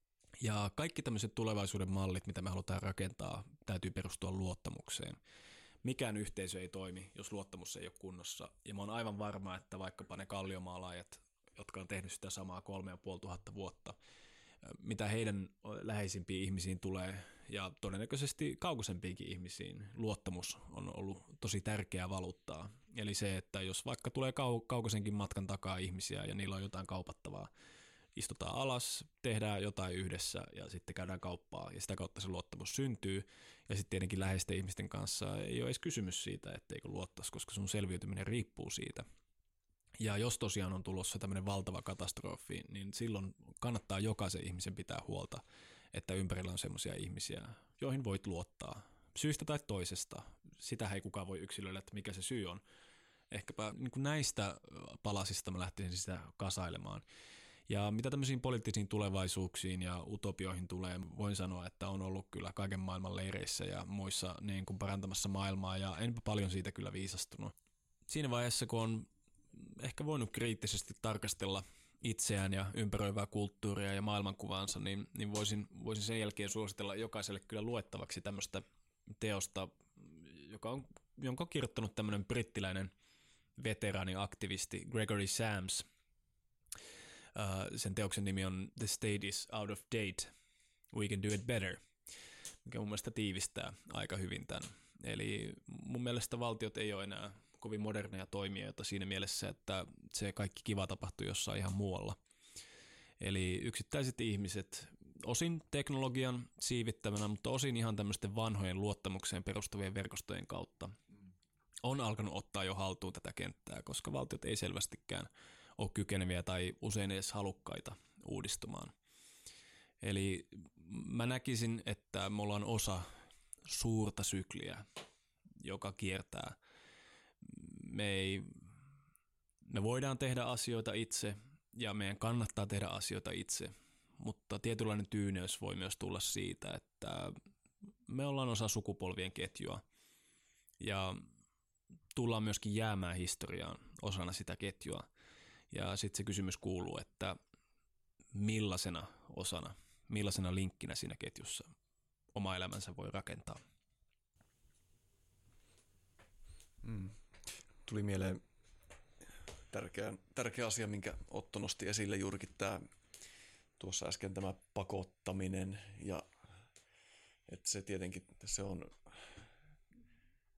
Ja kaikki tämmöiset tulevaisuuden mallit, mitä me halutaan rakentaa, täytyy perustua luottamukseen. Mikään yhteisö ei toimi, jos luottamus ei ole kunnossa. Ja mä oon aivan varma, että vaikkapa ne kalliomaalaajat, jotka on tehnyt sitä samaa 3500 vuotta, mitä heidän läheisimpiin ihmisiin tulee, ja todennäköisesti kaukaisempiinkin ihmisiin, luottamus on ollut tosi tärkeää valuuttaa. Eli se, että jos vaikka tulee kaukaisenkin matkan takaa ihmisiä ja niillä on jotain kaupattavaa, istutaan alas, tehdään jotain yhdessä ja sitten käydään kauppaa ja sitä kautta se luottamus syntyy. Ja sitten tietenkin läheisten ihmisten kanssa ei ole edes kysymys siitä, etteikö luottaisi, koska sun selviytyminen riippuu siitä. Ja jos tosiaan on tulossa tämmöinen valtava katastrofi, niin silloin kannattaa jokaisen ihmisen pitää huolta, että ympärillä on semmoisia ihmisiä, joihin voit luottaa syystä tai toisesta. Sitä ei kukaan voi yksilöillä, että mikä se syy on. Ehkäpä niin kuin näistä palasista mä lähtisin sitä kasailemaan. Ja mitä tämmöisiin poliittisiin tulevaisuuksiin ja utopioihin tulee, voin sanoa, että on ollut kyllä kaiken maailman leireissä ja muissa niin kuin parantamassa maailmaa ja enpä paljon siitä kyllä viisastunut. Siinä vaiheessa, kun on ehkä voinut kriittisesti tarkastella itseään ja ympäröivää kulttuuria ja maailmankuvaansa, niin voisin sen jälkeen suositella jokaiselle kyllä luettavaksi tämmöistä teosta, jonka on kirjoittanut tämmöinen brittiläinen veteraaniaktivisti Gregory Sams. Sen teoksen nimi on The State is Out of Date, We Can Do It Better, mikä mun mielestä tiivistää aika hyvin tämän. Eli mun mielestä valtiot ei ole enää kovin moderneja toimijoita siinä mielessä, että se kaikki kiva tapahtuu jossain ihan muualla. Eli yksittäiset ihmiset, osin teknologian siivittämänä, mutta osin ihan tämmöisten vanhojen luottamukseen perustuvien verkostojen kautta, on alkanut ottaa jo haltuun tätä kenttää, koska valtiot ei selvästikään ole kykeneviä tai usein edes halukkaita uudistumaan. Eli mä näkisin, että me ollaan osa suurta sykliä, joka kiertää. Me voidaan tehdä asioita itse ja meidän kannattaa tehdä asioita itse, mutta tietynlainen tyyneys voi myös tulla siitä, että me ollaan osa sukupolvien ketjua ja tullaan myöskin jäämään historiaan osana sitä ketjua. Ja sitten se kysymys kuuluu, että millaisena osana, millaisena linkkinä siinä ketjussa oma elämänsä voi rakentaa. Tuli mieleen tärkeä asia, minkä Otto nosti esille juurikin tuossa äsken tämä pakottaminen ja että se tietenkin se on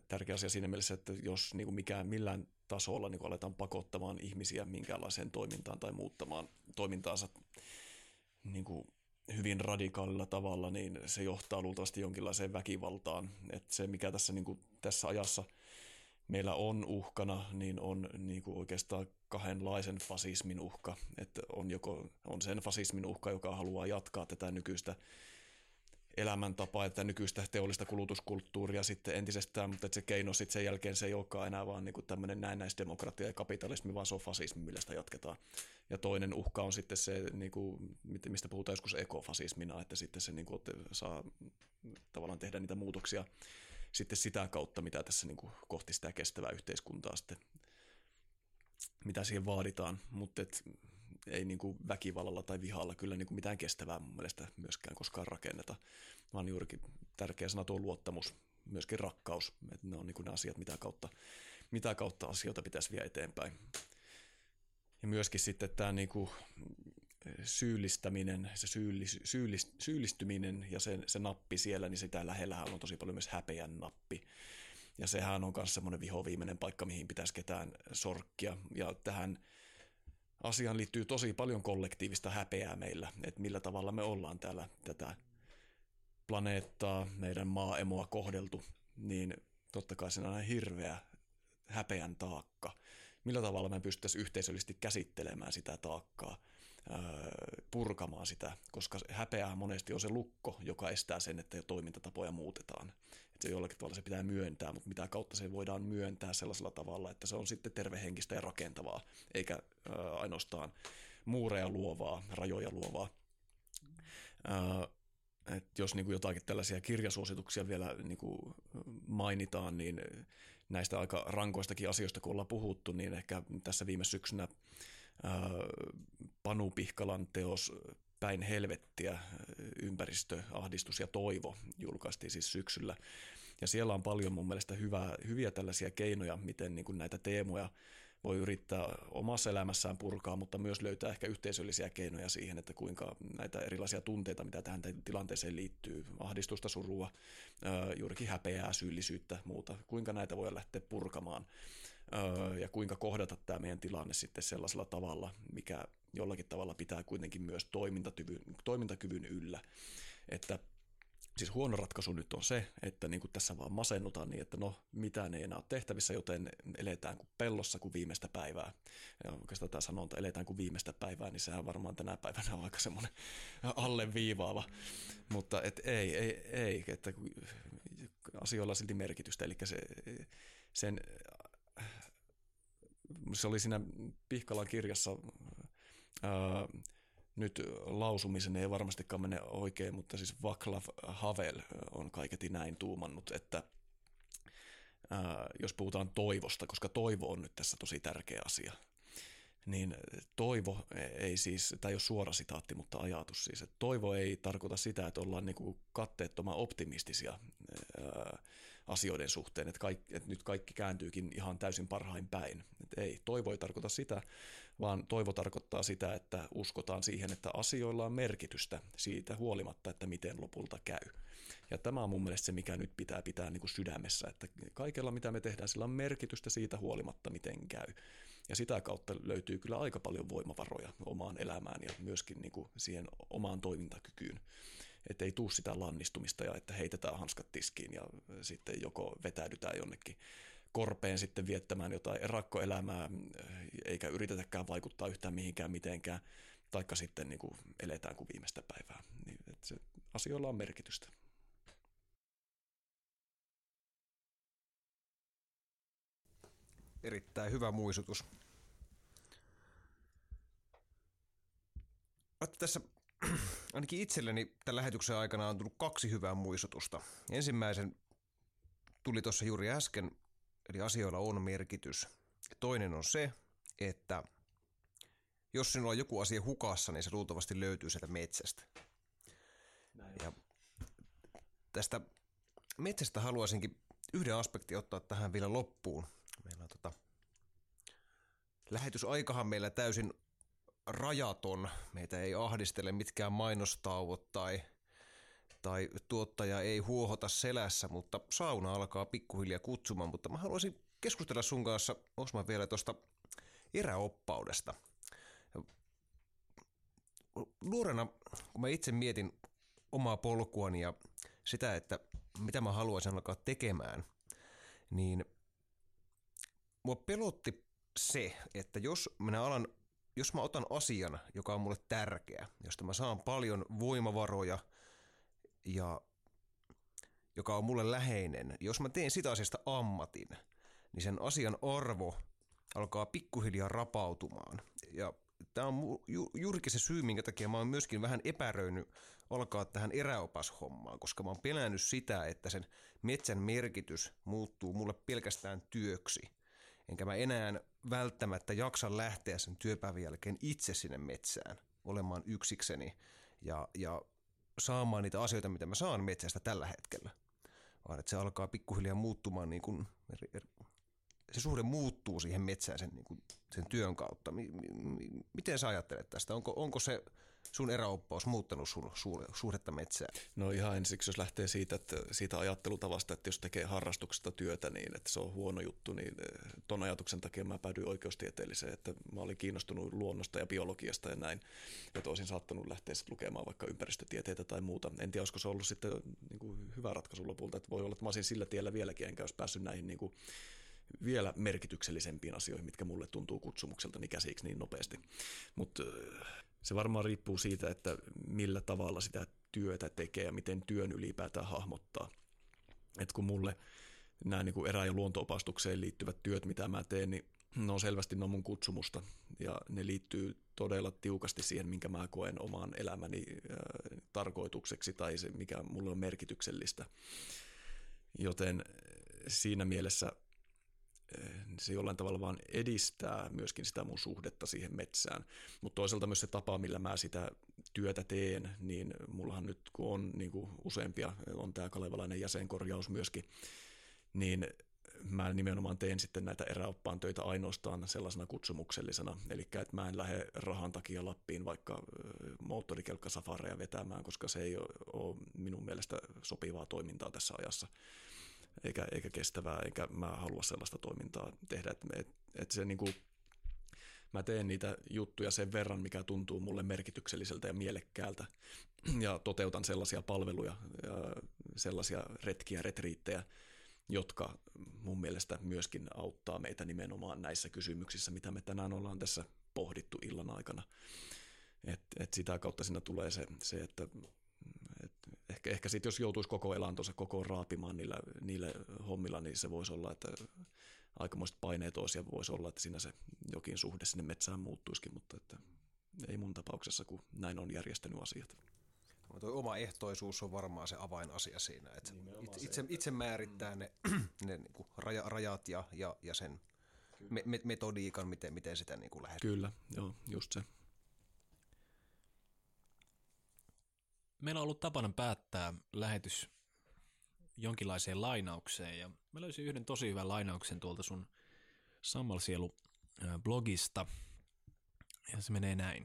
tärkeä asia siinä mielessä, että jos niin kuin millään tasolla niin kuin aletaan pakottamaan ihmisiä minkäänlaiseen toimintaan tai muuttamaan toimintaansa niin kuin hyvin radikaalilla tavalla, niin se johtaa luultavasti jonkinlaiseen väkivaltaan. Että se, mikä tässä, niin kuin, tässä ajassa meillä on uhkana, niin on niin kuin oikeastaan kahdenlaisen fasismin uhka. Että on sen fasismin uhka, joka haluaa jatkaa tätä nykyistä elämäntapaa ja tätä nykyistä teollista kulutuskulttuuria sitten entisestään, mutta että se keino sitten sen jälkeen se ei olekaan enää vaan niin kuin tämmöinen näennäisdemokratia ja kapitalismi, vaan se on fasismi, millä sitä jatketaan. Ja toinen uhka on sitten se, niin kuin, mistä puhutaan joskus ekofasismina, että sitten se niin kuin, saa tavallaan tehdä niitä muutoksia sitten sitä kautta, mitä tässä niin kuin, kohti sitä kestävää yhteiskuntaa sitten, mitä siihen vaaditaan, mutta ei niin kuin väkivallalla tai vihalla kyllä niin kuin mitään kestävää mun mielestä myöskään koskaan rakenneta, vaan juurikin tärkeä sana tuo luottamus, myöskin rakkaus, että ne on niin kuin ne asiat, mitä kautta asioita pitäisi viedä eteenpäin. Ja myöskin sitten tämä niin kuin syyllistäminen, se syyllistyminen ja se nappi siellä, niin sitä lähellähän on tosi paljon myös häpeän nappi. Ja sehän on myös semmoinen vihoviimeinen paikka, mihin pitäisi ketään sorkkia. Ja tähän asiaan liittyy tosi paljon kollektiivista häpeää meillä, että millä tavalla me ollaan täällä tätä planeettaa, meidän maaemoa kohdeltu, niin totta kai se on hirveä häpeän taakka. Millä tavalla me pystyttäisiin yhteisöllisesti käsittelemään sitä taakkaa, purkamaan sitä, koska häpeää monesti on se lukko, joka estää sen, että toimintatapoja muutetaan. Että se jollakin tavalla se pitää myöntää, mutta mitä kautta se voidaan myöntää sellaisella tavalla, että se on sitten tervehenkistä ja rakentavaa, eikä ainoastaan muureja luovaa, rajoja luovaa. Et jos niin kuin jotakin tällaisia kirjasuosituksia vielä niin kuin mainitaan, niin näistä aika rankoistakin asioista, kun ollaan puhuttu, niin ehkä tässä viime syksynä Panu Pihkalan teos Päin helvettiä, ympäristö, ahdistus ja toivo julkaistiin siis syksyllä. Ja siellä on paljon mun mielestä hyviä tällaisia keinoja, miten niin kuin näitä teemoja voi yrittää omassa elämässään purkaa, mutta myös löytää ehkä yhteisöllisiä keinoja siihen, että kuinka näitä erilaisia tunteita, mitä tähän tilanteeseen liittyy, ahdistusta, surua, juurikin häpeää, syyllisyyttä, muuta, kuinka näitä voi lähteä purkamaan ja kuinka kohdata tämä meidän tilanne sitten sellaisella tavalla, mikä jollakin tavalla pitää kuitenkin myös toimintakyvyn yllä, että siis huono ratkaisu nyt on se, että niin kuin tässä vaan masennutaan niin, että no mitään ei enää ole tehtävissä, joten eletään kuin pellossa kuin viimeistä päivää. Ja oikeastaan tämä sanonta, eletään kuin viimeistä päivää, niin sehän varmaan tänä päivänä on aika semmoinen alleviivaava. Mutta ei, että asioilla on silti merkitystä. Eli se oli siinä Pihkalan kirjassa, nyt lausumisen ei varmastikaan mene oikein, mutta siis Václav Havel on kaiketi näin tuumannut, että jos puhutaan toivosta, koska toivo on nyt tässä tosi tärkeä asia, niin toivo ei siis, tämä ei ole suora sitaatti, mutta ajatus siis, että toivo ei tarkoita sitä, että ollaan niin kuin katteettoman optimistisia asioiden suhteen, että nyt kaikki kääntyykin ihan täysin parhain päin. Että ei, toivo ei tarkoita sitä, vaan toivo tarkoittaa sitä, että uskotaan siihen, että asioilla on merkitystä siitä huolimatta, että miten lopulta käy. Ja tämä on mun mielestä se, mikä nyt pitää niin kuin sydämessä, että kaikella mitä me tehdään, sillä on merkitystä siitä huolimatta, miten käy. Ja sitä kautta löytyy kyllä aika paljon voimavaroja omaan elämään ja myöskin niin kuin siihen omaan toimintakykyyn. Että ei tule sitä lannistumista ja että heitetään hanskat tiskiin ja sitten joko vetäydytään jonnekin korpeen sitten viettämään jotain erakkoelämää, eikä yritetäkään vaikuttaa yhtään mihinkään mitenkään, taikka sitten niin kuin eletään kuin viimeistä päivää. Niin, että se, asioilla on merkitystä. Erittäin hyvä muistutus. Tässä ainakin itselleni tämän lähetyksen aikana on tullut 2 hyvää muistutusta. Ensimmäisen tuli tuossa juuri äsken, eli asioilla on merkitys. Toinen on se, että jos sinulla on joku asia hukassa, niin se luultavasti löytyy sieltä metsästä. Ja tästä metsästä haluaisinkin yhden aspektin ottaa tähän vielä loppuun. Meillä on lähetysaikahan meillä täysin rajaton. Meitä ei ahdistele mitkään mainostauot tai tuottaja ei huohota selässä, mutta sauna alkaa pikkuhiljaa kutsumaan. Mutta mä haluaisin keskustella sun kanssa, Osman, vielä tuosta eräoppaudesta. Nuorena, kun mä itse mietin omaa polkuani ja sitä, että mitä mä haluaisin alkaa tekemään, niin mua pelotti se, että jos mä otan asian, joka on mulle tärkeä, josta mä saan paljon voimavaroja ja joka on mulle läheinen, jos mä teen sitä asiasta ammatin, niin sen asian arvo alkaa pikkuhiljaa rapautumaan. Ja tämä on juurikin se syy, minkä takia mä oon myöskin vähän epäröinyt alkaa tähän eräopashommaan, koska mä oon pelännyt sitä, että sen metsän merkitys muuttuu mulle pelkästään työksi. Enkä mä enää välttämättä jaksa lähteä sen työpäivän jälkeen itse sinne metsään olemaan yksikseni ja saamaan niitä asioita, mitä mä saan metsästä tällä hetkellä. Vaan että se alkaa pikkuhiljaa muuttumaan, niin kuin, se suhde muuttuu siihen metsään sen työn kautta. Miten sä ajattelet tästä? Onko se sun eräoppaus muuttanut sun suhdetta metsään? No ihan ensiksi, jos lähtee siitä ajattelutavasta, että jos tekee harrastuksesta työtä niin, että se on huono juttu, niin ton ajatuksen takia mä päädyin oikeustieteelliseen, että mä olin kiinnostunut luonnosta ja biologiasta ja näin, että olisin saattanut lähteä sitten lukemaan vaikka ympäristötieteitä tai muuta. En tiedä, olisiko se ollut sitten niin kuin hyvä ratkaisu lopulta, että voi olla, että mä olisin sillä tiellä vieläkin, enkä olisi päässyt näihin niin kuin vielä merkityksellisempiin asioihin, mitkä mulle tuntuu kutsumukseltani käsiksi niin nopeasti. Mutta se varmaan riippuu siitä, että millä tavalla sitä työtä tekee ja miten työn ylipäätään hahmottaa. Et kun mulle nämä niin kuin erä- ja luonto-opastukseen liittyvät työt, mitä mä teen, niin ne on selvästi mun kutsumusta ja ne liittyy todella tiukasti siihen, minkä mä koen oman elämäni tarkoitukseksi tai se, mikä mulle on merkityksellistä. Joten siinä mielessä se jollain tavalla vaan edistää myöskin sitä mun suhdetta siihen metsään. Mutta toisaalta myös se tapa, millä mä sitä työtä teen, niin mullahan nyt kun on niin kuin useampia, on tämä kalevalainen jäsenkorjaus myöskin, niin mä nimenomaan teen sitten näitä eräoppaan töitä ainoastaan sellaisena kutsumuksellisena. Eli että mä en lähde rahan takia Lappiin vaikka moottorikelkkasafareja vetämään, koska se ei ole minun mielestä sopivaa toimintaa tässä ajassa. Eikä kestävää, eikä mä halua sellaista toimintaa tehdä. Että se niin kuin, mä teen niitä juttuja sen verran, mikä tuntuu mulle merkitykselliseltä ja mielekkäältä. Ja toteutan sellaisia palveluja, ja sellaisia retkiä, retriittejä, jotka mun mielestä myöskin auttaa meitä nimenomaan näissä kysymyksissä, mitä me tänään ollaan tässä pohdittu illan aikana. Et sitä kautta siinä tulee se että ehkä sitten jos joutuisi koko elantonsa koko raapimaan niillä hommilla, niin se voisi olla, että aikamoiset paineet olisi ja voisi olla, että siinä se jokin suhde sinne metsään muuttuisikin, mutta että ei mun tapauksessa, kun näin on järjestänyt asiat. No, tuo oma ehtoisuus on varmaan se avainasia siinä, että itse määrittää ne niin kuin rajat ja sen metodiikan, miten sitä niin kuin lähdetään. Kyllä, joo, just se. Meillä on ollut tapana päättää lähetys jonkinlaiseen lainaukseen ja mä löysin yhden tosi hyvän lainauksen tuolta sun Sammalsielu-blogista ja se menee näin.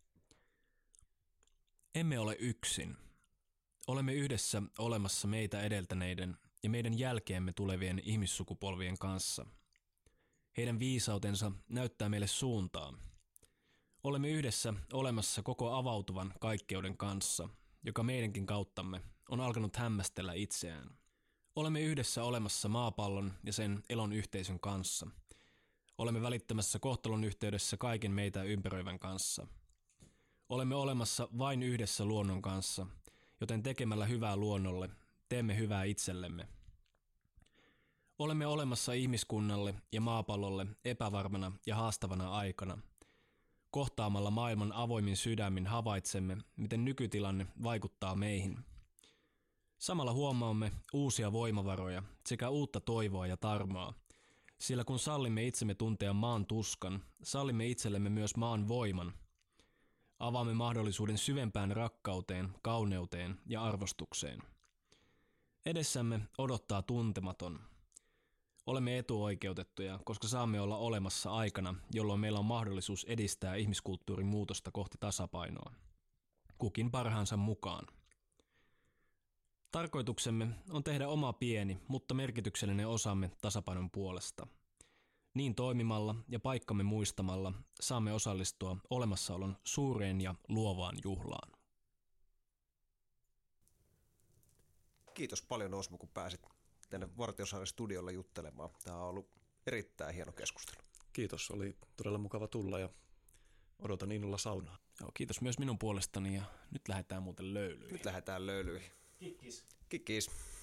Emme ole yksin. Olemme yhdessä olemassa meitä edeltäneiden ja meidän jälkeemme tulevien ihmissukupolvien kanssa. Heidän viisautensa näyttää meille suuntaa. Olemme yhdessä olemassa koko avautuvan kaikkeuden kanssa, joka meidänkin kauttamme on alkanut hämmästellä itseään. Olemme yhdessä olemassa maapallon ja sen elon yhteisön kanssa. Olemme välittämässä kohtalon yhteydessä kaiken meitä ympäröivän kanssa. Olemme olemassa vain yhdessä luonnon kanssa, joten tekemällä hyvää luonnolle teemme hyvää itsellemme. Olemme olemassa ihmiskunnalle ja maapallolle epävarmana ja haastavana aikana. Kohtaamalla maailman avoimin sydämin havaitsemme, miten nykytilanne vaikuttaa meihin. Samalla huomaamme uusia voimavaroja sekä uutta toivoa ja tarmoa, sillä kun sallimme itsemme tuntea maan tuskan, sallimme itsellemme myös maan voiman. Avaamme mahdollisuuden syvempään rakkauteen, kauneuteen ja arvostukseen. Edessämme odottaa tuntematon. Olemme etuoikeutettuja, koska saamme olla olemassa aikana, jolloin meillä on mahdollisuus edistää ihmiskulttuurin muutosta kohti tasapainoa. Kukin parhaansa mukaan. Tarkoituksemme on tehdä oma pieni, mutta merkityksellinen osamme tasapainon puolesta. Niin toimimalla ja paikkamme muistamalla saamme osallistua olemassaolon suureen ja luovaan juhlaan. Kiitos paljon Osmo, kun pääsit tänne Vartiosaaren studiolle juttelemaan. Tämä on ollut erittäin hieno keskustelu. Kiitos, oli todella mukava tulla ja odotan innolla saunaa. Joo, kiitos myös minun puolestani ja nyt lähdetään muuten löylyihin. Nyt lähdetään löylyihin. Kikkis. Kikkis.